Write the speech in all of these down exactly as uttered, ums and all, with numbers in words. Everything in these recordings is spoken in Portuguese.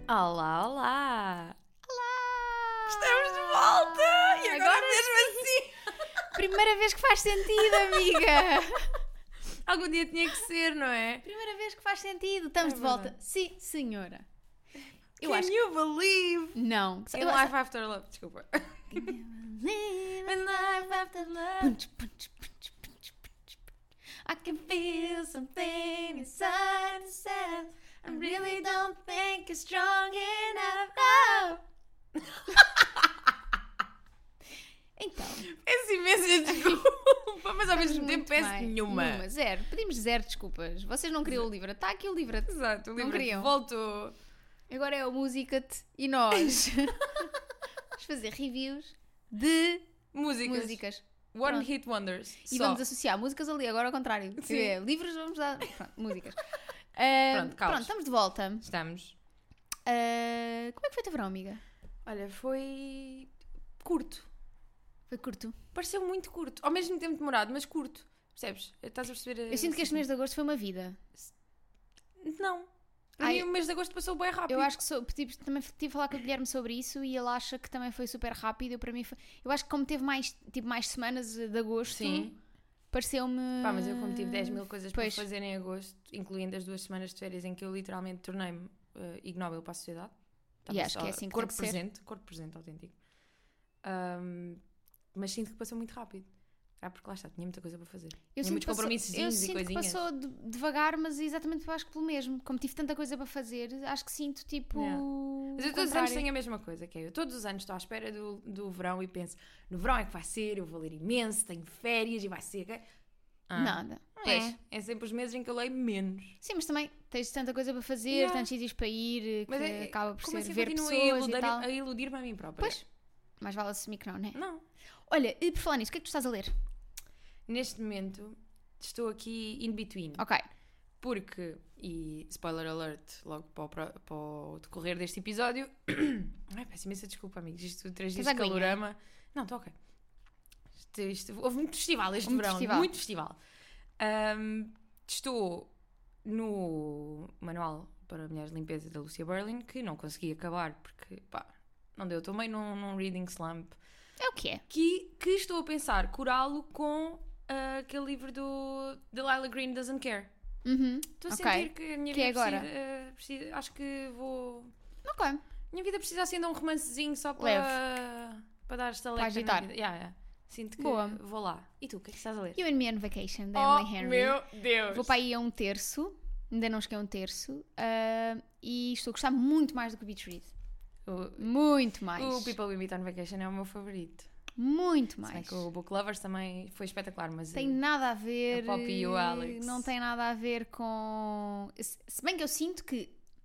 Olá, olá! Olá! Estamos de volta! E agora, agora mesmo assim! Primeira vez que faz sentido, amiga! Algum dia tinha que ser, não é? Primeira vez que faz sentido. Estamos É de volta. verdade. Sim, senhora. Eu Can acho you believe? que... Não. In Eu life after love. Desculpa. In life after love. Punch, punch, punch, punch, punch. I can feel something inside the cells. I really don't think it's strong enough. Oh. Então, Peço imensa desculpa, mas ao estamos mesmo tempo muito peço bem. nenhuma. Nenhuma, zero. Pedimos zero desculpas. Vocês não queriam o livro. Está aqui o livro. Exato, o Não livro queriam. voltou. Agora é o Música-te e nós. Vamos fazer reviews de Músicas. músicas. One Pronto. Hit Wonders. E Só. vamos associar músicas ali, agora ao contrário. Sim. É, livros, vamos dar. Pronto, músicas. Ah, Pronto, caos. pronto, estamos de volta. Estamos. Ah, como é que foi o teu verão, amiga? Olha, foi curto. Foi curto. Pareceu muito curto. Ao mesmo tempo demorado, mas curto. Percebes? Estás a perceber? Eu sinto que este mês de agosto foi uma vida. Não. Para Ai, mim o mês de agosto passou bem rápido. Eu acho que sou, tipo, também tive a falar com o Guilherme sobre isso e ele acha que também foi super rápido. Eu, para mim, foi, eu acho que como teve mais, tipo, mais semanas de agosto, Sim. pareceu-me. Pá, mas eu como tive dez mil coisas Pois. para fazer em agosto, incluindo as duas semanas de férias em que eu literalmente tornei-me uh, ignóbil para a sociedade. Estava E acho que é só- assim que corpo tem que ser. presente, corpo presente autêntico. Ahm, mas sinto que passou muito rápido. Ah, porque lá está, tinha muita coisa para fazer. Eu tinha sinto muitos que passou- compromissos Eu e sinto que coisinhas. passou de- devagar, mas exatamente eu acho que pelo mesmo. Como tive tanta coisa para fazer, acho que sinto tipo. Yeah. o Mas eu todos os anos contrário. tenho a mesma coisa, que é eu todos os anos estou à espera do, do verão e penso, no verão é que vai ser, eu vou ler imenso, tenho férias e vai ser. Ah, Nada. não Pois. É, é sempre os meses em que eu leio menos. Sim, mas também tens tanta coisa para fazer, Yeah. tantos sítios para ir, que Mas é- acaba por Como ser assim ver continuo pessoas a e iludir, tal. a iludir-me a mim própria? Pois, mais vale assumir que não, né? Não. Olha, e por falar nisso, o que é que tu estás a ler? Neste momento estou aqui in between. Ok. Porque, e spoiler alert, logo para o, pro- para o decorrer deste episódio. Ai, peço imensa desculpa, amigos. Isto três dias de Estás aguinha? calorama. Não, estou ok. Isto, isto- houve muito festival este Muito verão. festival. Muito festival. Ahm, estou no manual para mulheres de limpeza da Lucia Berlin, que não consegui acabar porque, pá, não deu. Estou meio num, num reading slump. É o que é? Que, que estou a pensar curá-lo com ah, aquele livro do Delilah Green Doesn't Care. Uhum. Estou a Ok. sentir que a minha Que é vida agora? precisa, eh, precisa- acho que vou... Ok. A minha vida precisa assim de um romancezinho só para, para dar esta letra agitar. na vida. Yeah, yeah. Sinto que Boa. vou lá. E tu, o que é que estás a ler? You and Me on Vacation, da Oh, Emily Henry. meu Deus! Vou para aí a um terço. Ainda não cheguei a um terço. ah, e estou a gostar muito mais do que o Beach Read. O, Muito mais. o People We Meet on Vacation é o meu favorito. Muito Se bem mais. que o Book Lovers também foi espetacular, mas... Tem nada a ver. a Poppy e o Alex. Não tem nada a ver com. Se se bem que eu sinto que.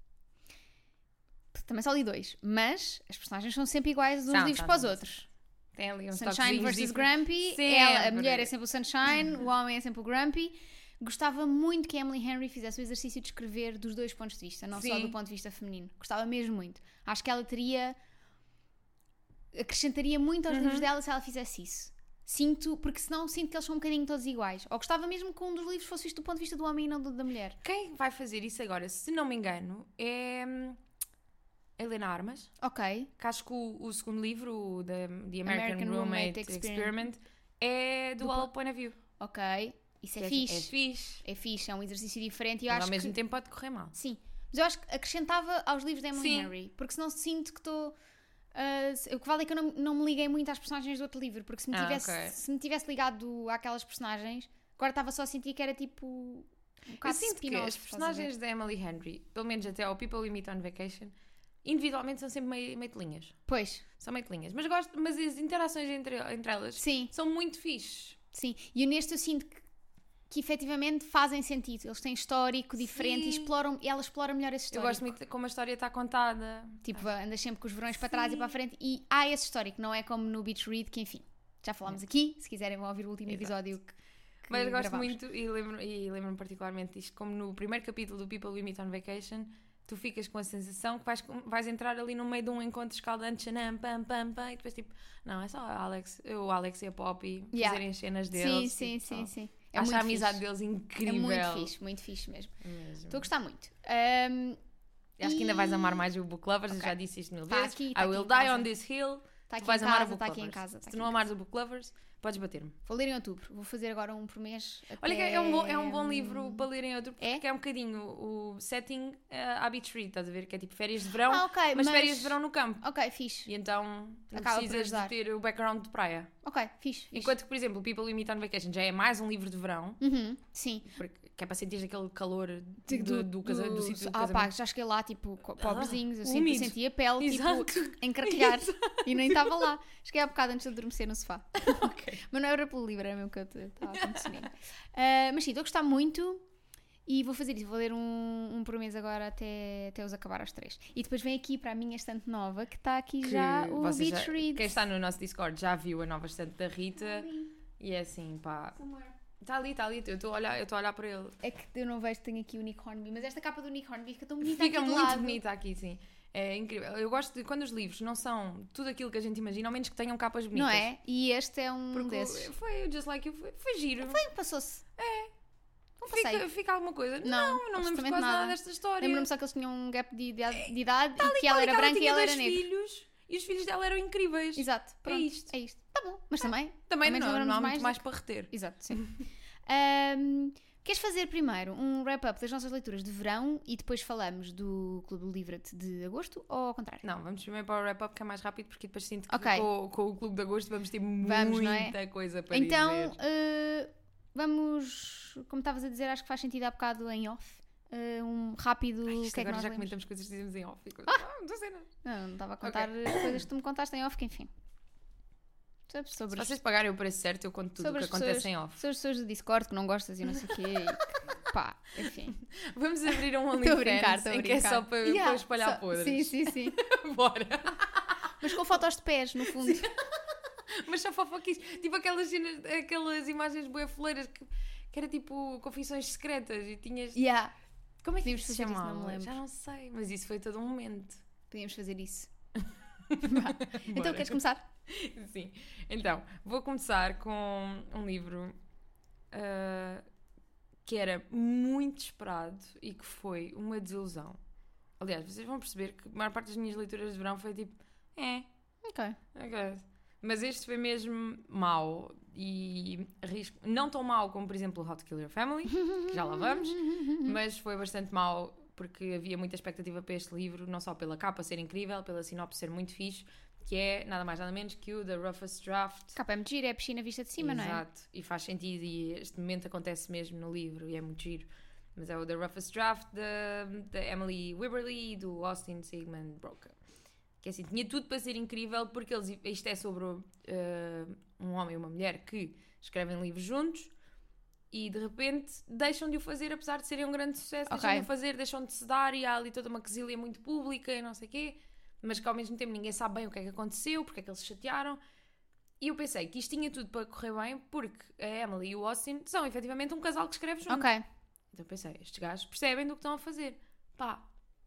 Também só li dois. Mas as personagens são sempre iguais de uns São, livros são, para os são, outros. Tem ali uns Sunshine toquezinhos versus diferentes. Grumpy. Sempre. Ela, a mulher é sempre o Sunshine, o homem é sempre o Grumpy. Gostava muito que a Emily Henry fizesse o exercício de escrever dos dois pontos de vista, não só Sim. do ponto de vista feminino. Gostava mesmo muito. Acho que ela teria. Acrescentaria muito aos Uhum. livros dela se ela fizesse isso. Sinto, porque senão sinto que eles são um bocadinho todos iguais. Ou gostava mesmo que um dos livros fosse visto do ponto de vista do homem e não do da mulher. Quem vai fazer isso agora, se não me engano, é hum, Helena Armas. Ok. Que acho que o, o segundo livro, o The, The American, American Roommate, Roommate Experiment, é do Do All po- Point of View. Ok. Isso é, Que fixe. É fixe. É fixe, é um exercício diferente e eu Mas acho ao mesmo que... tempo pode correr mal. Sim, mas eu acho que acrescentava aos livros da Emily Sim. Henry, porque senão sinto que estou... Uh, o que vale é que eu não, não me liguei muito às personagens do outro livro, porque se me Ah, tivesse, ok. se me tivesse ligado àquelas personagens, agora estava só a sentir que era tipo um Eu bocado sinto que spin-off, as estás a ver? personagens da Emily Henry, pelo menos até ao People We Meet on Vacation, individualmente são sempre meio, meio telinhas. Pois, São meio telinhas. Mas, gosto, mas as interações entre, entre elas sim, são muito fixes. sim. E neste eu sinto que, que efetivamente fazem sentido. Eles têm histórico diferente e Sim. exploram, ela explora melhor esse Eu histórico. gosto muito de como a história está contada. Tipo, andas sempre com os verões para trás e para a frente e há esse histórico, não é como no Beach Read, que enfim, já falámos aqui, se quiserem vão ouvir o último Exato. episódio que, que Mas gosto gravámos. muito e lembro- e lembro-me particularmente disto, como no primeiro capítulo do People We Meet on Vacation, tu ficas com a sensação que vais, vais entrar ali no meio de um encontro escaldante, chanam, pam, pam, pam, e depois tipo, não, é só o Alex, o Alex e a Poppy Yeah. fazerem as cenas Sim, deles. sim, tipo, sim, só- sim. É Acho muito a amizade fixe. deles É incrível. muito fixe, muito fixe mesmo. Mesmo. Estou a gostar muito. Ahm, Acho que ainda vais amar mais o Book Lovers, Ok. eu já disse isto mil Tá vezes. aqui, tá I will aqui em die casa. on this hill. Está Tu aqui vais em amar o casa, Book está aqui em Lovers. casa. tá Se aqui tu em não casa. amares o Book Lovers, podes bater-me. Vou ler em outubro. Vou fazer agora um por mês. Olha que até- é um bom, é um bom livro para ler em outro, porque É? é um bocadinho o setting uh, à beach read, estás a ver? Que é tipo férias de verão, Ah, ok, mas, mas férias de verão no campo. Ok, fixe. E então não Acaba por precisas de ajudar. ter o background de praia. Ok, fixe. fixe. Enquanto que, por exemplo, o People We Meet on Vacation já é mais um livro de verão, Uhum, sim. porque, que é para sentir aquele calor De- do, do, casa- do sítio do Ah, pá, casamento. já cheguei lá, tipo, co- pobrezinhos. Eu senti, úmido. senti a pele, Exato. tipo, encarquilhar. E nem estava lá. Cheguei há bocado antes de adormecer no sofá. Ok. Mas não era pelo livro, era mesmo que eu estava a acontecer. Uh, mas sim, estou a gostar muito e vou fazer isso. Vou ler um, um por mês agora até, até os acabar aos três. E depois vem aqui para a minha estante nova, que está aqui Que já o vocês Beach já- Read. Quem está no nosso Discord já viu a nova estante da Rita. E é assim, pá. Está ali, está ali. Eu estou a olhar, eu estou a olhar para ele. É que eu não vejo, tenho aqui o Nick Hornby, mas esta capa do Nick Hornby fica tão bonita Fica aqui do muito lado. bonita aqui, sim. É incrível. Eu gosto de quando os livros não são tudo aquilo que a gente imagina, ao menos que tenham capas bonitas. Não é? E este é um Porque desses. o- foi o Just Like You, foi, foi giro. Foi, passou-se. É. Não passei. Fica, fica alguma coisa? Não, Não, eu não lembro absolutamente quase nada nada. desta história. Lembro-me só que eles tinham um gap de idade, de idade e Tal que ela qual, era ela branca e tinha ele era dois negro. filhos e os filhos dela eram incríveis. Exato. Pronto, isto. É isto. Tá bom. Mas também. Também ao menos não, não lembramos há muito do mais que- para reter. Exato, sim. Ahm, queres fazer primeiro um wrap-up das nossas leituras de verão e depois falamos do Clube do Livre-te de agosto ou ao contrário? Não, vamos primeiro para o wrap-up que é mais rápido porque depois sinto que Ok. com, com o Clube de Agosto vamos ter Vamos, não é? muita coisa para Então, dizer. uh, vamos, como estavas a dizer, acho que faz sentido há bocado em off, uh, um rápido Ai, o isto que é que agora nós já lemos. comentamos coisas que dizemos em off. E coisas. Ah, não sei nada. Não, não estava a contar as coisas que tu me contaste em off, que enfim. Sobre, sobre, Se os, vocês pagarem o preço certo, eu conto tudo o sobre que as acontece pessoas, em off. sobre as pessoas do Discord que não gostas e não sei o quê. E, pá, enfim. Vamos abrir um Estou a brincar, OnlyFans estou a em que é brincar. só para, Yeah, para espalhar só- podres. Sim, sim, sim. Bora. Mas com fotos de pés, no fundo. Mas só fofoquice. Tipo aquelas, cenas, aquelas imagens boefoleiras que, que era tipo confissões secretas e tinhas... Yeah. Como é que Podíamos isso se fazer isso, chamava? não me lembro. Já não sei, mas isso foi todo um momento. Podíamos fazer isso. Então, Bora. queres começar? Sim. Então, vou começar com um livro ah, que era muito esperado e que foi uma desilusão. Aliás, vocês vão perceber que a maior parte das minhas leituras de verão foi tipo, é, Ok. ok. Mas este foi mesmo mau e arrisco, não tão mau como, por exemplo, How to Kill Your Family, que já lá vamos, mas foi bastante mau porque havia muita expectativa para este livro, não só pela capa ser incrível, pela sinopse ser muito fixe, que é nada mais nada menos que o The Roughest Draft. Capa é muito giro, é a piscina vista de cima, não é? Exato, e faz sentido e este momento acontece mesmo no livro e é muito giro. Mas é o The Roughest Draft da, da Emily Wibberley e do Austin Sigmund Broca. Que assim, tinha tudo para ser incrível porque eles, isto é sobre uh, um homem e uma mulher que escrevem livros juntos e de repente deixam de o fazer apesar de serem um grande sucesso, Ok. deixam de o fazer, deixam de se dar e há ali toda uma quesilha muito pública e não sei o quê, mas que ao mesmo tempo ninguém sabe bem o que é que aconteceu, porque é que eles se chatearam. E eu pensei que isto tinha tudo para correr bem porque a Emily e o Austin são efetivamente um casal que escreve junto. Ok. Então pensei, estes gajos percebem do que estão a fazer. Pá,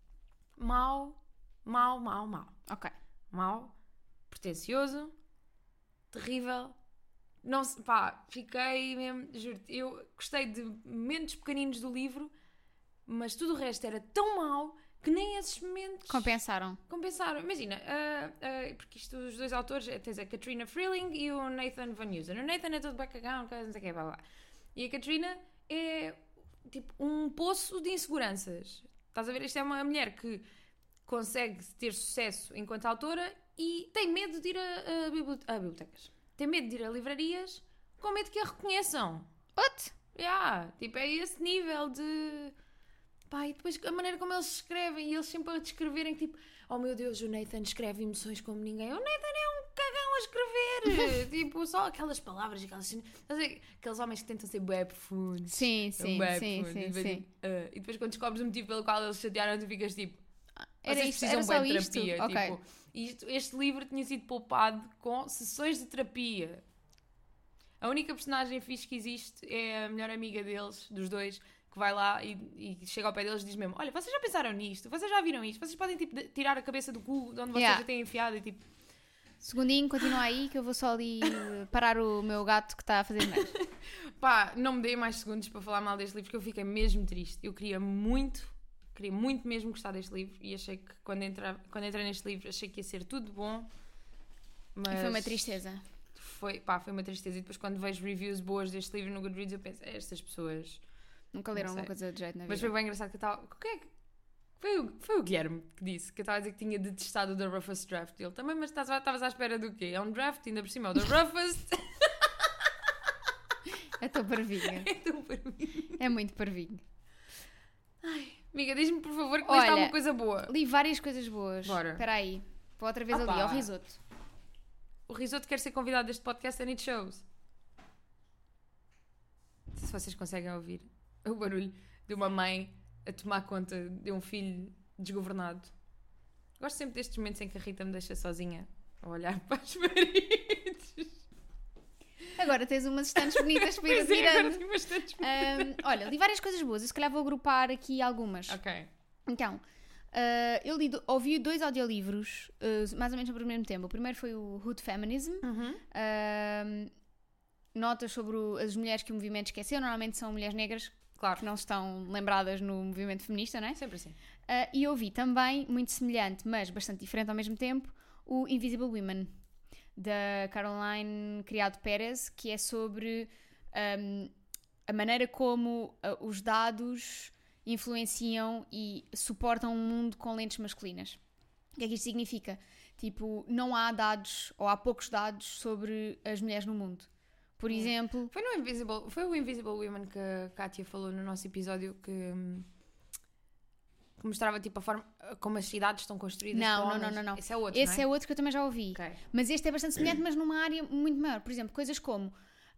mau, mau, mau, mau. Ok. Mau, pretencioso, terrível. Não, se- pá, fiquei mesmo, juro eu gostei de momentos pequeninos do livro, mas tudo o resto era tão mau que nem esses momentos Compensaram. compensaram. Imagina, ah, ah, porque isto, os dois autores, eh, tens a Katrina Freeling e o Nathan Van Usen. O Nathan é todo bacagão, não sei o que, blá, blá. E a Katrina é tipo um poço de inseguranças. Estás a ver? Isto é uma mulher que consegue ter sucesso enquanto autora e tem medo de ir a, a bibli- a bibliotecas. Tem medo de ir a livrarias com medo que a reconheçam. What? Yeah, tipo, é esse nível de... Pá, e depois a maneira como eles escrevem e eles sempre a descreverem tipo, oh meu Deus, o Nathan escreve emoções como ninguém. O Nathan é um cagão a escrever. Tipo, só aquelas palavras, aquelas cenas. Estás a ver? Aqueles homens que tentam ser bué profundos. Sim, sim, Bué sim, profundos. sim, E depois, sim. tipo, ah, e depois quando descobres o motivo pelo qual eles se chatearam, tu ficas tipo, Era vocês isto, precisam era bué só de isto? terapia. Ok. Tipo, isto, este livro tinha sido poupado com sessões de terapia. A única personagem fixe que existe é a melhor amiga deles, dos dois, que vai lá e, e chega ao pé deles e diz mesmo, olha, vocês já pensaram nisto? Vocês já viram isto? Vocês podem tipo, de- tirar a cabeça do cu de onde vocês Yeah. já têm enfiado e tipo... Segundinho, continua aí que eu vou só ali eh, parar o meu gato que está a fazer merda. Pá, não me dei mais segundos para falar mal deste livro, porque eu fiquei mesmo triste. Eu queria muito queria muito mesmo gostar deste livro e achei que quando, entra, quando entrei neste livro achei que ia ser tudo bom. Mas E foi uma tristeza. Foi, pá, foi uma tristeza. E depois quando vejo reviews boas deste livro no Goodreads eu penso, estas pessoas... Nunca leram uma coisa de jeito na vida. Mas foi bem engraçado que eu estava... O que é que... Foi o, foi o Guilherme que disse, que eu estava a dizer que tinha detestado o The Roughest Draft. Ele também, mas estavas à espera do quê? É um draft, ainda por cima é o The Roughest. É tão parvinha. É tão parvinho. É muito parvinho. Ai, amiga, diz-me por favor que Olha, leste alguma coisa boa. Li várias coisas boas. Bora. Espera aí. Vou outra vez Opa. ali, ao risoto. O Risoto quer ser convidado deste podcast and it shows. Não sei se vocês conseguem ouvir o barulho de uma mãe a tomar conta de um filho desgovernado. Gosto sempre destes momentos em que a Rita me deixa sozinha a olhar para as paredes. Agora tens umas estantes bonitas para ir Pois é, agora admirando. tenho bastantes Um, olha, li várias coisas boas. Eu se calhar vou agrupar aqui algumas. Ok. Então, uh, eu li, ouvi dois audiolivros, uh, mais ou menos ao mesmo tempo. O primeiro foi o Hood Feminism. Uhum. Uh, notas sobre o, as mulheres que o movimento esqueceu. Normalmente são mulheres negras Claro. que não estão lembradas no movimento feminista, não é? Sempre assim. Uh, e ouvi também, muito semelhante, mas bastante diferente ao mesmo tempo, o Invisible Women, da Caroline Criado Pérez, que é sobre um, a maneira como uh, os dados influenciam e suportam um mundo com lentes masculinas. O que é que isto significa? Tipo, não há dados, ou há poucos dados sobre as mulheres no mundo. Por exemplo... Foi, no Invisible, foi o Invisible Women que a Kátia falou no nosso episódio que, hum, que mostrava tipo a forma como as cidades estão construídas. Não, para não, homens. não, não, não. Esse é outro, Esse não é? é outro que eu também já ouvi. Ok. Mas este é bastante semelhante, mas numa área muito maior. Por exemplo, coisas como...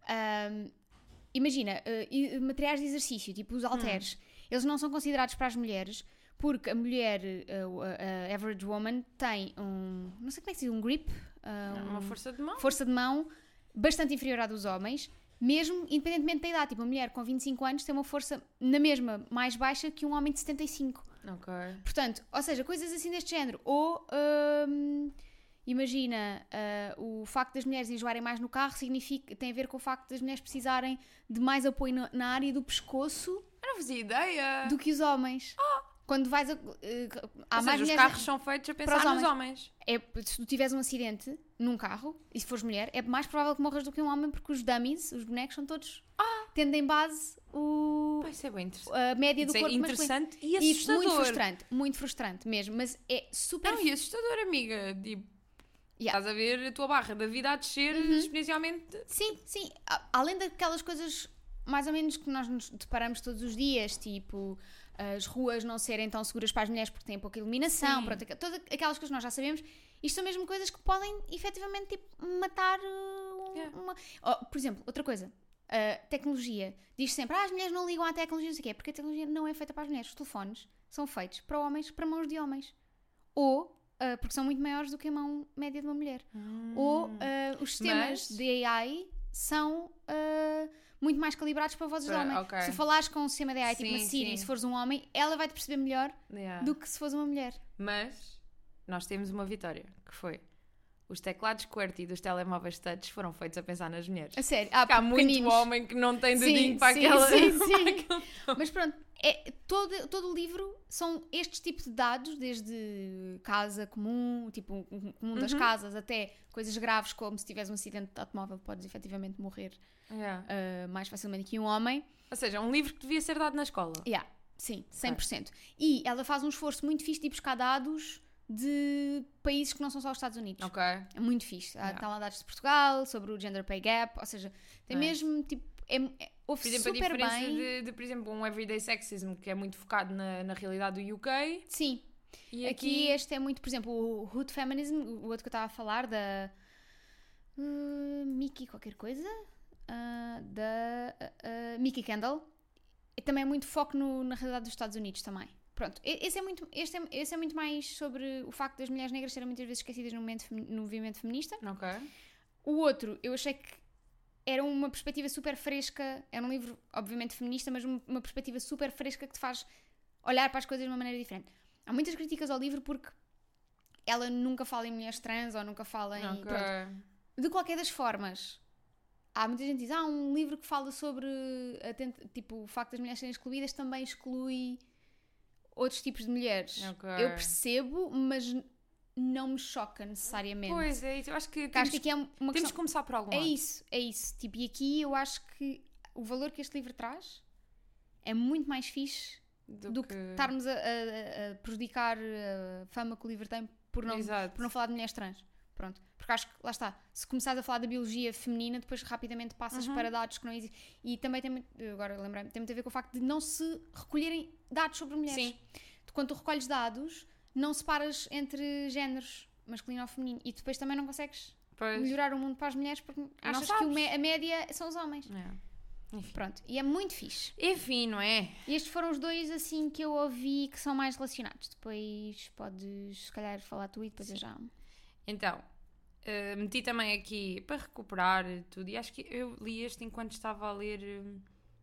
ahm, imagina, uh, e- materiais de exercício, tipo os halteres. Eles não são considerados para as mulheres porque a mulher, uh, a average woman, tem um... Não sei como é que se diz, um grip? uh, Não, uma um- força de mão. força de mão bastante inferior à dos homens, mesmo independentemente da idade. Tipo, uma mulher com vinte e cinco anos tem uma força na mesma mais baixa que um homem de setenta e cinco. Ok. Portanto, ou seja, coisas assim deste género. Ou, hum, imagina, ah, o facto das mulheres enjoarem mais no carro significa, tem a ver com o facto das mulheres precisarem de mais apoio na, na área do pescoço Eu não fazia ideia. do que os homens. Quando vais a... eh, há Ou mais seja, os mulheres... carros são feitos a para pensar os nos homens. homens. É, se tu tiveres um acidente num carro, e se fores mulher, é mais provável que morras do que um homem, porque os dummies, os bonecos, são todos tendo em base o, Pá, isso é bem interessante. a média do Isso é corpo masculino. interessante e E assustador. muito frustrante, muito frustrante mesmo, mas é super... Não, e assustador, amiga. Tipo, Yeah. estás a ver a tua barra da vida a descer exponencialmente. Sim, sim, a- além daquelas coisas mais ou menos que nós nos deparamos todos os dias, tipo as ruas não serem tão seguras para as mulheres porque têm pouca iluminação, Sim. pronto, aqu- todas aquelas coisas que nós já sabemos, isto são mesmo coisas que podem efetivamente tipo, matar uh, Yeah. uma... Oh, por exemplo, outra coisa, uh, tecnologia, diz sempre, ah, as mulheres não ligam à tecnologia, não sei o quê, porque a tecnologia não é feita para as mulheres, os telefones são feitos para homens, para mãos de homens, ou uh, porque são muito maiores do que a mão média de uma mulher. Ou uh, os sistemas Mas- de A I são uh, muito mais calibrados para vozes de Para- homem. ok. Se falares com um sistema de A I tipo Sim, uma Siri, sim. se fores um homem, ela vai-te perceber melhor Yeah. do que se fores uma mulher. Mas nós temos uma vitória, que foi os teclados QWERTY dos telemóveis touch foram feitos a pensar nas mulheres. A sério. Ah, Porque há muito pequeninos. homem que não tem Sim, dedinho para sim, aquela... sim, para sim. aquele- Mas pronto, é, todo, todo o livro são estes tipos de dados, desde casa comum, tipo o comum das Uhum. casas, até coisas graves como se tiveres um acidente de automóvel podes efetivamente morrer Yeah. uh, mais facilmente que um homem. Ou seja, é um livro que devia ser dado na escola. Yeah, sim, cem por cento. E ela faz um esforço muito fixe de ir buscar dados de países que não são só os Estados Unidos. Ok. É muito fixe. Há- Yeah. Está lá dados de Portugal, sobre o gender pay gap, ou seja, tem Nice. mesmo, tipo, é, é, ouve Por exemplo, a super diferença bem. de, de, por exemplo, um Everyday Sexism que é muito focado na, na realidade do U K. Sim, E aqui, aqui, este é muito, por exemplo, o Hood Feminism, o outro que eu estava a falar, da uh, Mickey qualquer coisa, uh, da uh, uh, Mickey Kendall, e também é muito foco no- na realidade dos Estados Unidos também. Pronto, e- esse é, muito, este é, esse é muito mais sobre o facto das mulheres negras serem muitas vezes esquecidas no movimento, femi- no movimento feminista. Ok. O outro, eu achei que era uma perspectiva super fresca, era um livro obviamente feminista, mas um- uma perspectiva super fresca que te faz olhar para as coisas de uma maneira diferente. Há muitas críticas ao livro porque ela nunca fala em mulheres trans ou nunca fala em... Ok. Pronto. De qualquer das formas, há muita gente que diz, ah, um livro que fala sobre a tent- tipo, o facto das mulheres serem excluídas também exclui outros tipos de mulheres. Ok. Eu percebo, mas n- não me choca necessariamente. Pois é, isso. Eu acho que Porque acho temos, que aqui é uma temos questão... que começar por algum É lado. isso, é isso. Tipo, e aqui eu acho que o valor que este livro traz é muito mais fixe Do, do que... que estarmos a, a- a prejudicar a fama que o livro tem por não, Exato. por não falar de mulheres trans. Pronto. Porque acho que, lá está, se começares a falar da biologia feminina, depois rapidamente passas Uhum. para dados que não existem. E também tem muito, agora lembrei-me, tem muito a ver com o facto de não se recolherem dados sobre mulheres. Sim. Tu, quando tu recolhes dados, não separas entre géneros, masculino ou feminino. E depois também não consegues Pois. melhorar o mundo para as mulheres porque achas que sabes. o me- a média são os homens. É. Enfim. Pronto. E é muito fixe. Enfim, não é? E estes foram os dois, assim, que eu ouvi que são mais relacionados. Depois podes, se calhar, falar tu e depois eu já... Então, uh, meti também aqui para recuperar tudo. E acho que eu li este enquanto estava a ler um,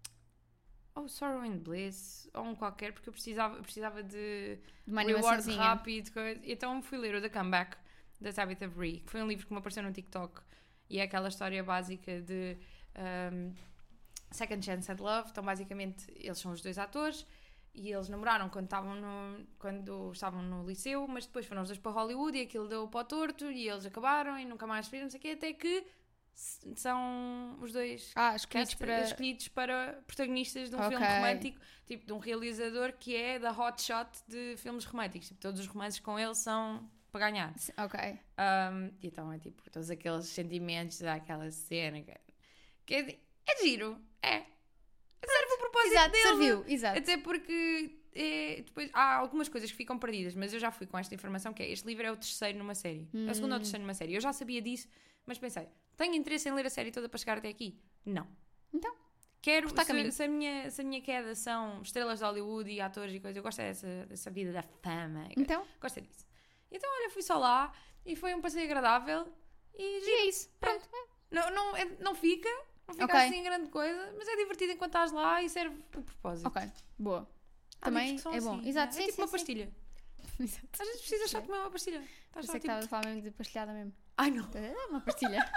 ou Sorrow and Bliss, ou um qualquer, porque eu precisava, eu precisava de De uma reward animaçãozinha. rápido. Coisa. Então fui ler o The Comeback, da Tabitha Bree, que foi um livro que me apareceu no TikTok. E é aquela história básica de um, Second Chance at Love. Então, basicamente, eles são os dois atores. E eles namoraram quando estavam no, quando estavam no liceu, mas depois foram os dois para Hollywood e aquilo deu para o torto e eles acabaram e nunca mais se viram, não sei o quê, até que s- são os dois Ah, escolhidos cast- para... escolhidos para protagonistas de um Ok. filme romântico, tipo de um realizador que é da hot shot de filmes românticos. Tipo, todos os romances com ele são para ganhar. Ok. Um, e então é tipo, todos aqueles sentimentos daquela cena que, que é, é giro, é. Serve o propósito Exato, dele. serviu. Exato. Até porque é, depois há algumas coisas que ficam perdidas, mas eu já fui com esta informação que é, este livro é o terceiro numa série. É o segundo ou terceiro numa série. Eu já sabia disso, mas pensei, tenho interesse em ler a série toda para chegar até aqui? Não. Então? Quero, Corta a caminho. se, se, a minha, se a minha queda são estrelas de Hollywood e atores e coisas, eu gosto dessa, dessa vida da fama. Então? Gosto disso. Então, olha, fui só lá e foi um passeio agradável e E giro. é isso. Pronto. Não, não, é- não fica, não fica Ok. assim grande coisa, mas é divertido enquanto estás lá e serve o propósito. Ok. Boa. Há Também livros que são é bom. assim, Exato. É, Sim, é tipo sim, uma sim. pastilha. Exato. Às vezes precisas só comer uma pastilha. Estás só Pensei que tipo... estava a falar mesmo de pastelhada mesmo. Ai não, É uma pastilha.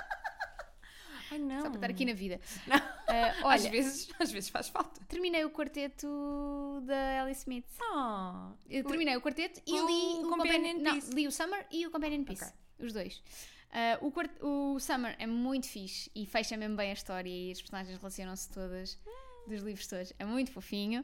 ai não. Só para estar aqui na vida. Não. Ah, Às olha, vezes, às vezes faz falta. terminei o quarteto da Ellie Smith. Oh. Eu terminei o quarteto e o li o Companion Não, Piece. li o Summer e o Companion Piece. Ok. Os dois. Ah, o, quart- o Summer é muito fixe e fecha mesmo bem a história e as personagens relacionam-se todas dos livros todos. É muito fofinho.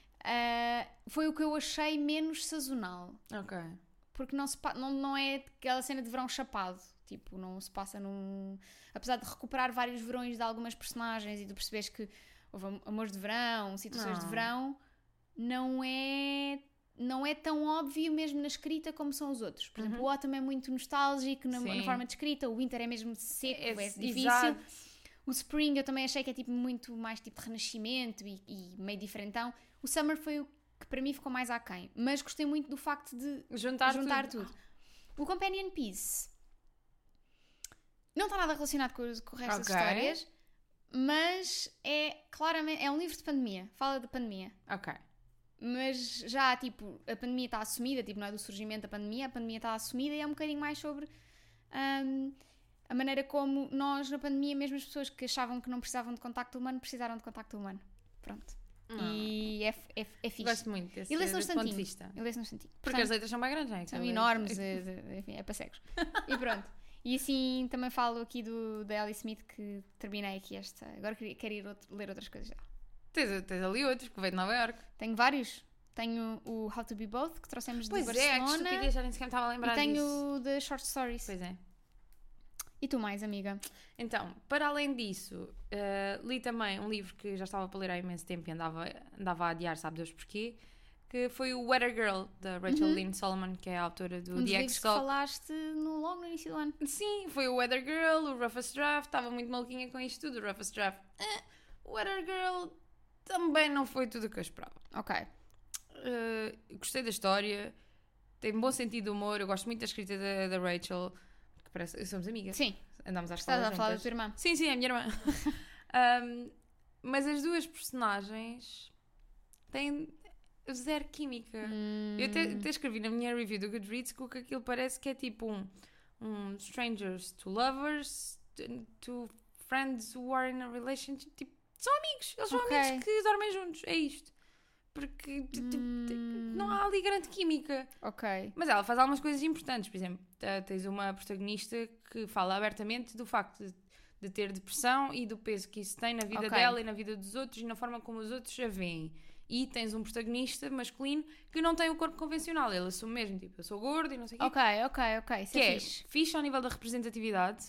Ah, foi o que eu achei menos sazonal. Ok. Porque não, se pa- não, não é aquela cena de verão chapado. Tipo, não se passa num... Apesar de recuperar vários verões de algumas personagens e de perceberes que houve am- amores de verão, situações de Não. verão, não é... Não é tão óbvio mesmo na escrita como são os outros. Por exemplo, o Autumn é muito nostálgico na, Sim. na forma de escrita, o Winter é mesmo seco, é, É- difícil. exato. O Spring eu também achei que é tipo muito mais tipo de renascimento e, e meio diferentão. O Summer foi o que para mim ficou mais aquém. Mas gostei muito do facto de Juntar, juntar tudo. tudo. O Companion Piece não está nada relacionado com, o- com o resto das Ok. histórias, mas é claramente é um livro de pandemia, fala de pandemia. Ok. Mas já, tipo, a pandemia está assumida, tipo, não é do surgimento da pandemia, a pandemia está assumida e é um bocadinho mais sobre hum, a maneira como nós, na pandemia, mesmo as pessoas que achavam que não precisavam de contacto humano, precisaram de contacto humano. Pronto. E é, é, é fixe. Gosto muito desse, E lê-se num desse ponto de instantinho. vista. Eu leio-se num instantinho. Porque Portanto, as letras são bem grandes, não é? são Aquelas- enormes, é, de- enfim, é para cegos. E pronto. E assim também falo aqui do, da Ellie Smith que terminei aqui esta. Agora queria- quero ir outro- ler outras coisas dela. Tens, tens ali outros que veio de Nova Iorque. Tenho vários. Tenho o How to Be Both, que trouxemos Pois de é, que Barcelona. estupidez, já nem sequer me estava a e lembrar tenho disso. o de Short Stories. Pois é. E tu mais, amiga? Então, para além disso, eh, li também um livro que já estava para ler há imenso tempo e andava, andava a adiar, sabe Deus porquê, que foi o Weather Girl, da Rachel Lynn Solomon, que é a autora do Um dos The livros que X-Talk. falaste no, logo no início do ano. Sim, foi o Weather Girl, o Roughest Draft, estava muito maluquinha com isto tudo, o Roughest Draft. Eh, o Weather Girl também não foi tudo o que eu esperava. Ok. Eh, gostei da história, tem bom sentido de humor, eu gosto muito da escrita da, da Rachel, que parece, somos amigas. Sim. Andámos à Estás escola a falar da juntas. tua irmã. Sim, sim, é a minha irmã. Um, mas as duas personagens têm zero química. Hum. Eu até, até escrevi na minha review do Goodreads que o que aquilo parece que é tipo um, um strangers to lovers to, to friends who are in a relationship. Tipo, são amigos. Eles são Ok. amigos que dormem juntos. É isto. porque hum. não há ali grande química. Ok. Mas ela faz algumas coisas importantes. Por exemplo, tens uma protagonista que fala abertamente do facto de, de ter depressão e do peso que isso tem na vida okay. dela e na vida dos outros e na forma como os outros a veem. E tens um protagonista masculino que não tem o corpo convencional. Ele assume mesmo, tipo, eu sou gordo e não sei o quê. Ok, ok, ok. Isso que é é fixe. fixe ao nível da representatividade.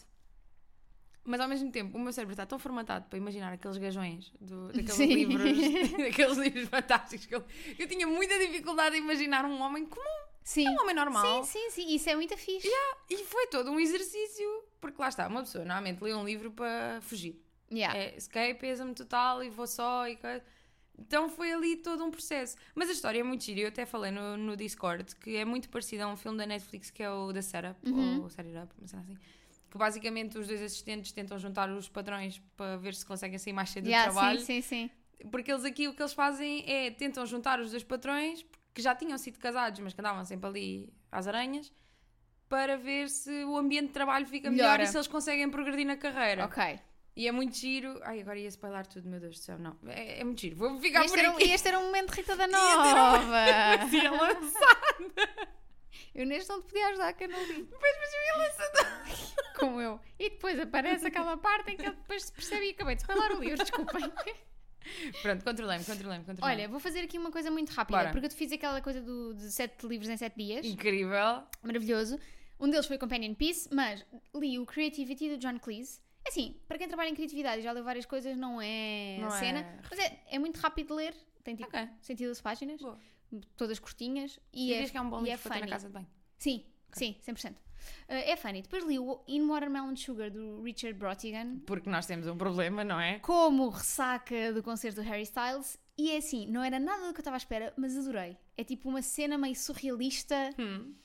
Mas ao mesmo tempo, o meu cérebro está tão formatado para imaginar aqueles gajões do, daqueles Sim. livros, daqueles livros fantásticos que eu, eu tinha muita dificuldade em imaginar um homem comum. Sim. Um homem normal. Sim, sim, sim. Isso é muito fixe. Yeah. E foi todo um exercício, porque lá está, uma pessoa normalmente lê um livro para fugir. Yeah. É escapism total e vou só e coisa. Então foi ali todo um processo. Mas a história é muito gira. Eu até falei no, no Discord que é muito parecido a um filme da Netflix que é o The Setup, uhum. ou Set It Up, não sei assim. Que basicamente os dois assistentes tentam juntar os padrões para ver se conseguem sair mais cedo yeah, do trabalho. Sim, sim, sim. Porque eles aqui o que eles fazem é tentam juntar os dois patrões que já tinham sido casados, mas que andavam sempre ali às aranhas, para ver se o ambiente de trabalho fica melhor Melhora. E se eles conseguem progredir na carreira. Ok. E é muito giro. Ai, agora ia spoiler tudo, meu Deus do céu. Não, é, é muito giro. Vou ficar este por aqui. Um, este era um momento de Rita da Nova. Ia lançada. Eu neste não te podia ajudar, que eu não li. Depois, mas eu ia lançando. Como eu. E depois aparece aquela parte em que ele depois se percebe e acabei de spoiler o livro, desculpem. Pronto, controlei-me, controlei-me, controlei-me. Olha, vou fazer aqui uma coisa muito rápida, Bora. Porque eu te fiz aquela coisa do, de sete livros em sete dias. Incrível. Maravilhoso. Um deles foi Companion Piece, mas li o Creativity do John Cleese. Assim, para quem trabalha em criatividade e já leu várias coisas, não é não a cena. É... Mas é, é muito rápido de ler. Tem tipo okay. cento e doze páginas. Boa. Todas curtinhas. E, e é, que é um bom e livro é para funny. ter na casa de banho. Sim, okay. sim, cem por cento. Uh, é funny. Depois li o In Watermelon Sugar do Richard Brottigan. Porque nós temos um problema, não é? Como ressaca do concerto do Harry Styles. E é assim, não era nada do que eu estava à espera, mas adorei. É tipo uma cena meio surrealista, hum.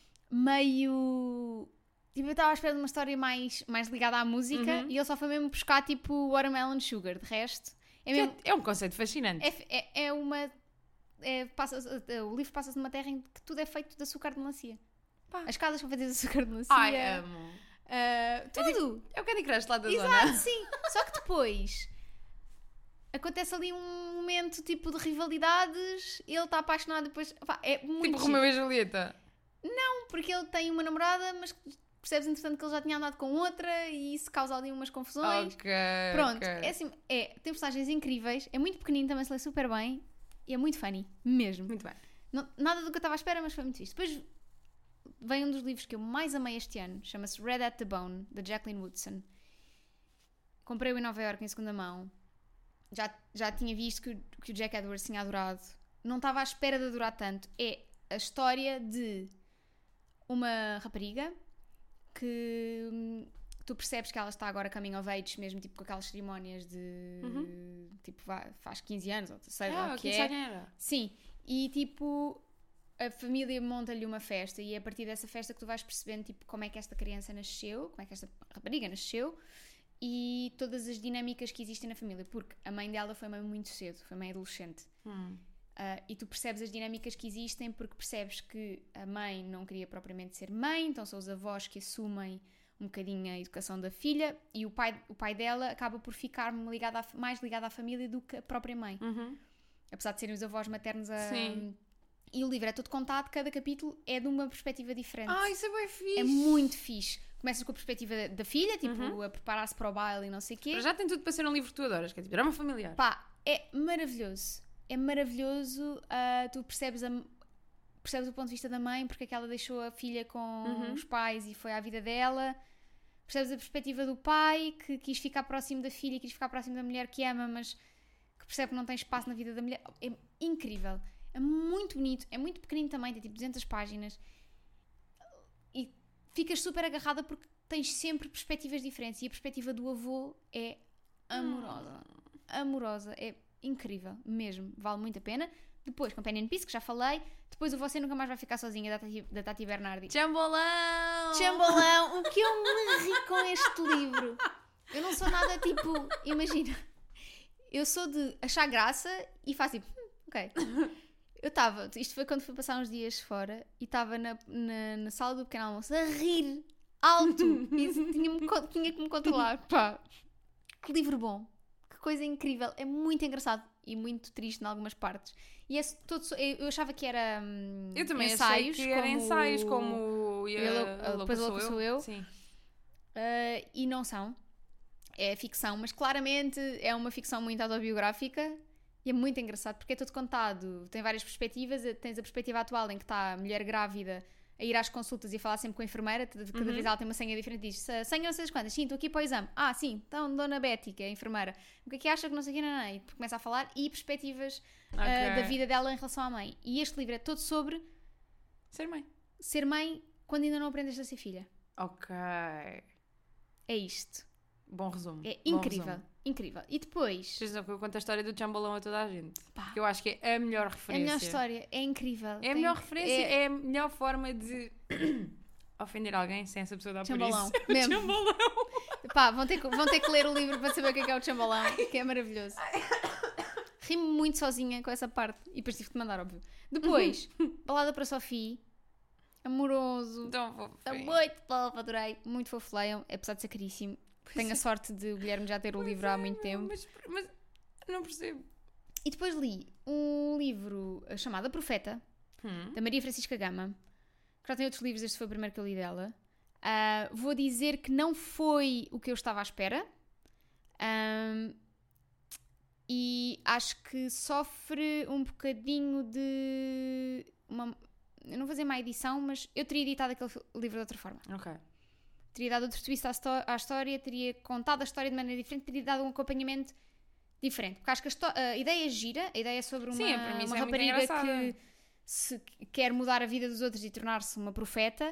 meio... Tipo, eu estava à espera de uma história mais, mais ligada à música uhum. e ele só foi mesmo buscar tipo Watermelon Sugar. De resto, é, mesmo... é, é um conceito fascinante. É, é, é uma... É, passa, o livro passa-se numa terra em que tudo é feito de açúcar de melancia. Pá. As casas são feitas de açúcar de melancia. Ai, amo. Uh, tudo. É o Candy Crush lá da Exato, zona. Exato, sim. Só que depois acontece ali um momento tipo de rivalidades. Ele está apaixonado depois. Pá, é muito tipo Romeu e Julieta. Não, porque ele tem uma namorada, mas percebes entretanto que ele já tinha andado com outra e isso causa ali umas confusões. Ok. Pronto, okay. é assim, é, tem personagens incríveis, é muito pequenino, também se lê super bem e é muito funny, mesmo. Muito bem. Não, nada do que eu estava à espera, mas foi muito fixe. Depois vem um dos livros que eu mais amei este ano, chama-se Red at the Bone, da Jacqueline Woodson. Comprei-o em Nova Iorque em segunda mão. Já, já tinha visto que, que o Jack Edwards tinha adorado. Não estava à espera de adorar tanto. É a história de uma rapariga que tu percebes que ela está agora coming of age, mesmo tipo com aquelas cerimónias de uhum. tipo faz quinze anos, ou seja ah, lá o que é. Era. Sim, e tipo a família monta-lhe uma festa e é a partir dessa festa que tu vais percebendo tipo como é que esta criança nasceu, como é que esta rapariga nasceu e todas as dinâmicas que existem na família, porque a mãe dela foi mãe muito cedo, foi mãe adolescente. Hum. Uh, e tu percebes as dinâmicas que existem porque percebes que a mãe não queria propriamente ser mãe, então são os avós que assumem um bocadinho a educação da filha e o pai, o pai dela acaba por ficar ligado à, mais ligado à família do que a própria mãe. Uhum. Apesar de serem os avós maternos a... Sim. E o livro é todo contado, cada capítulo é de uma perspectiva diferente. Ah, isso é bem fixe. É muito fixe. Começas com a perspectiva da, da filha, tipo, uhum. a preparar-se para o baile e não sei o quê. Mas já tem tudo para ser um livro que tu adoras, que é tipo drama familiar. Pá, é maravilhoso. É maravilhoso, uh, tu percebes, a, percebes o ponto de vista da mãe, porque é que ela deixou a filha com uhum. os pais e foi à vida dela. Percebes a perspectiva do pai, que quis ficar próximo da filha, quis ficar próximo da mulher que ama, mas que percebe que não tem espaço na vida da mulher. É incrível. É muito bonito. É muito pequenino também, tem tipo duzentas páginas. E ficas super agarrada porque tens sempre perspectivas diferentes. E a perspectiva do avô é amorosa. Hum. Amorosa. É incrível, mesmo, vale muito a pena. Depois Companion Piece, que já falei. Depois o Você Nunca Mais Vai Ficar Sozinha, da Tati, da Tati Bernardi. Chambolão! Chambolão! O que eu me ri com este livro. Eu não sou nada tipo, imagina, eu sou de achar graça e faço tipo, hum, ok. Eu estava, isto foi quando fui passar uns dias fora e estava na, na, na sala do pequeno almoço a rir alto e tinha, tinha que me controlar. Pá, que livro bom. Coisa incrível, é muito engraçado e muito triste em algumas partes E é todo, so- eu eu achava que era hum, Eu também ensaios, achei que era como ensaios, como e a, Eu, a a- Louca depois a Louca Sou Eu. Sim. Uh, e não são. É ficção, mas claramente é uma ficção muito autobiográfica e é muito engraçado porque é tudo contado. Tem várias perspectivas. Tens a perspectiva atual em que está a mulher grávida a ir às consultas e a falar sempre com a enfermeira. Cada Uhum. vez ela tem uma senha diferente. Diz: senha não sei das quantas. Sim, estou aqui para o exame. Ah, sim, então Dona Betty, que é a enfermeira. O que é que acha que não sei o que, não, não. E começa a falar. E perspectivas uh, Ok. da vida dela em relação à mãe. E este livro é todo sobre Ser mãe. ser mãe quando ainda não aprendeste a ser filha. Ok. É isto. Bom resumo. É Bom incrível. resumo. Incrível. E depois... Por exemplo, eu conto a história do Chambalão a toda a gente. Pá. Porque eu acho que é a melhor É referência. a melhor história, é incrível. É a Tem- melhor referência, é- é... a melhor forma de ofender alguém sem essa pessoa dar Chambalão, por isso. mesmo. Chambalão. Pá, vão ter, que, vão ter que ler o livro para saber o que é que é o Chambalão, que é maravilhoso. Ri-me muito sozinha com essa parte. E depois tive de mandar, óbvio. Depois, Balada para Sophie. Amoroso. Então, vou... Está muito fofo, adorei. Muito fofo, leiam, apesar de ser caríssimo. Tenho a sorte de o Guilherme já ter o livro há muito tempo. Mas, mas não percebo. E depois li um livro chamado A Profeta, Hum. da Maria Francisca Gama, que já tem outros livros, este foi o primeiro que eu li dela. Ah, vou dizer que não foi o que eu estava à espera. Ahm, e acho que sofre um bocadinho de uma... Eu não vou fazer má edição, mas eu teria editado aquele livro de outra forma. Ok. Teria dado outro twist à, sto- à história, teria contado a história de maneira diferente, teria dado um acompanhamento diferente. Porque acho que a, histó- a ideia é gira, a ideia é sobre uma, Sim, a premissa uma é muito rapariga engraçada. que se quer mudar a vida dos outros e tornar-se uma profeta,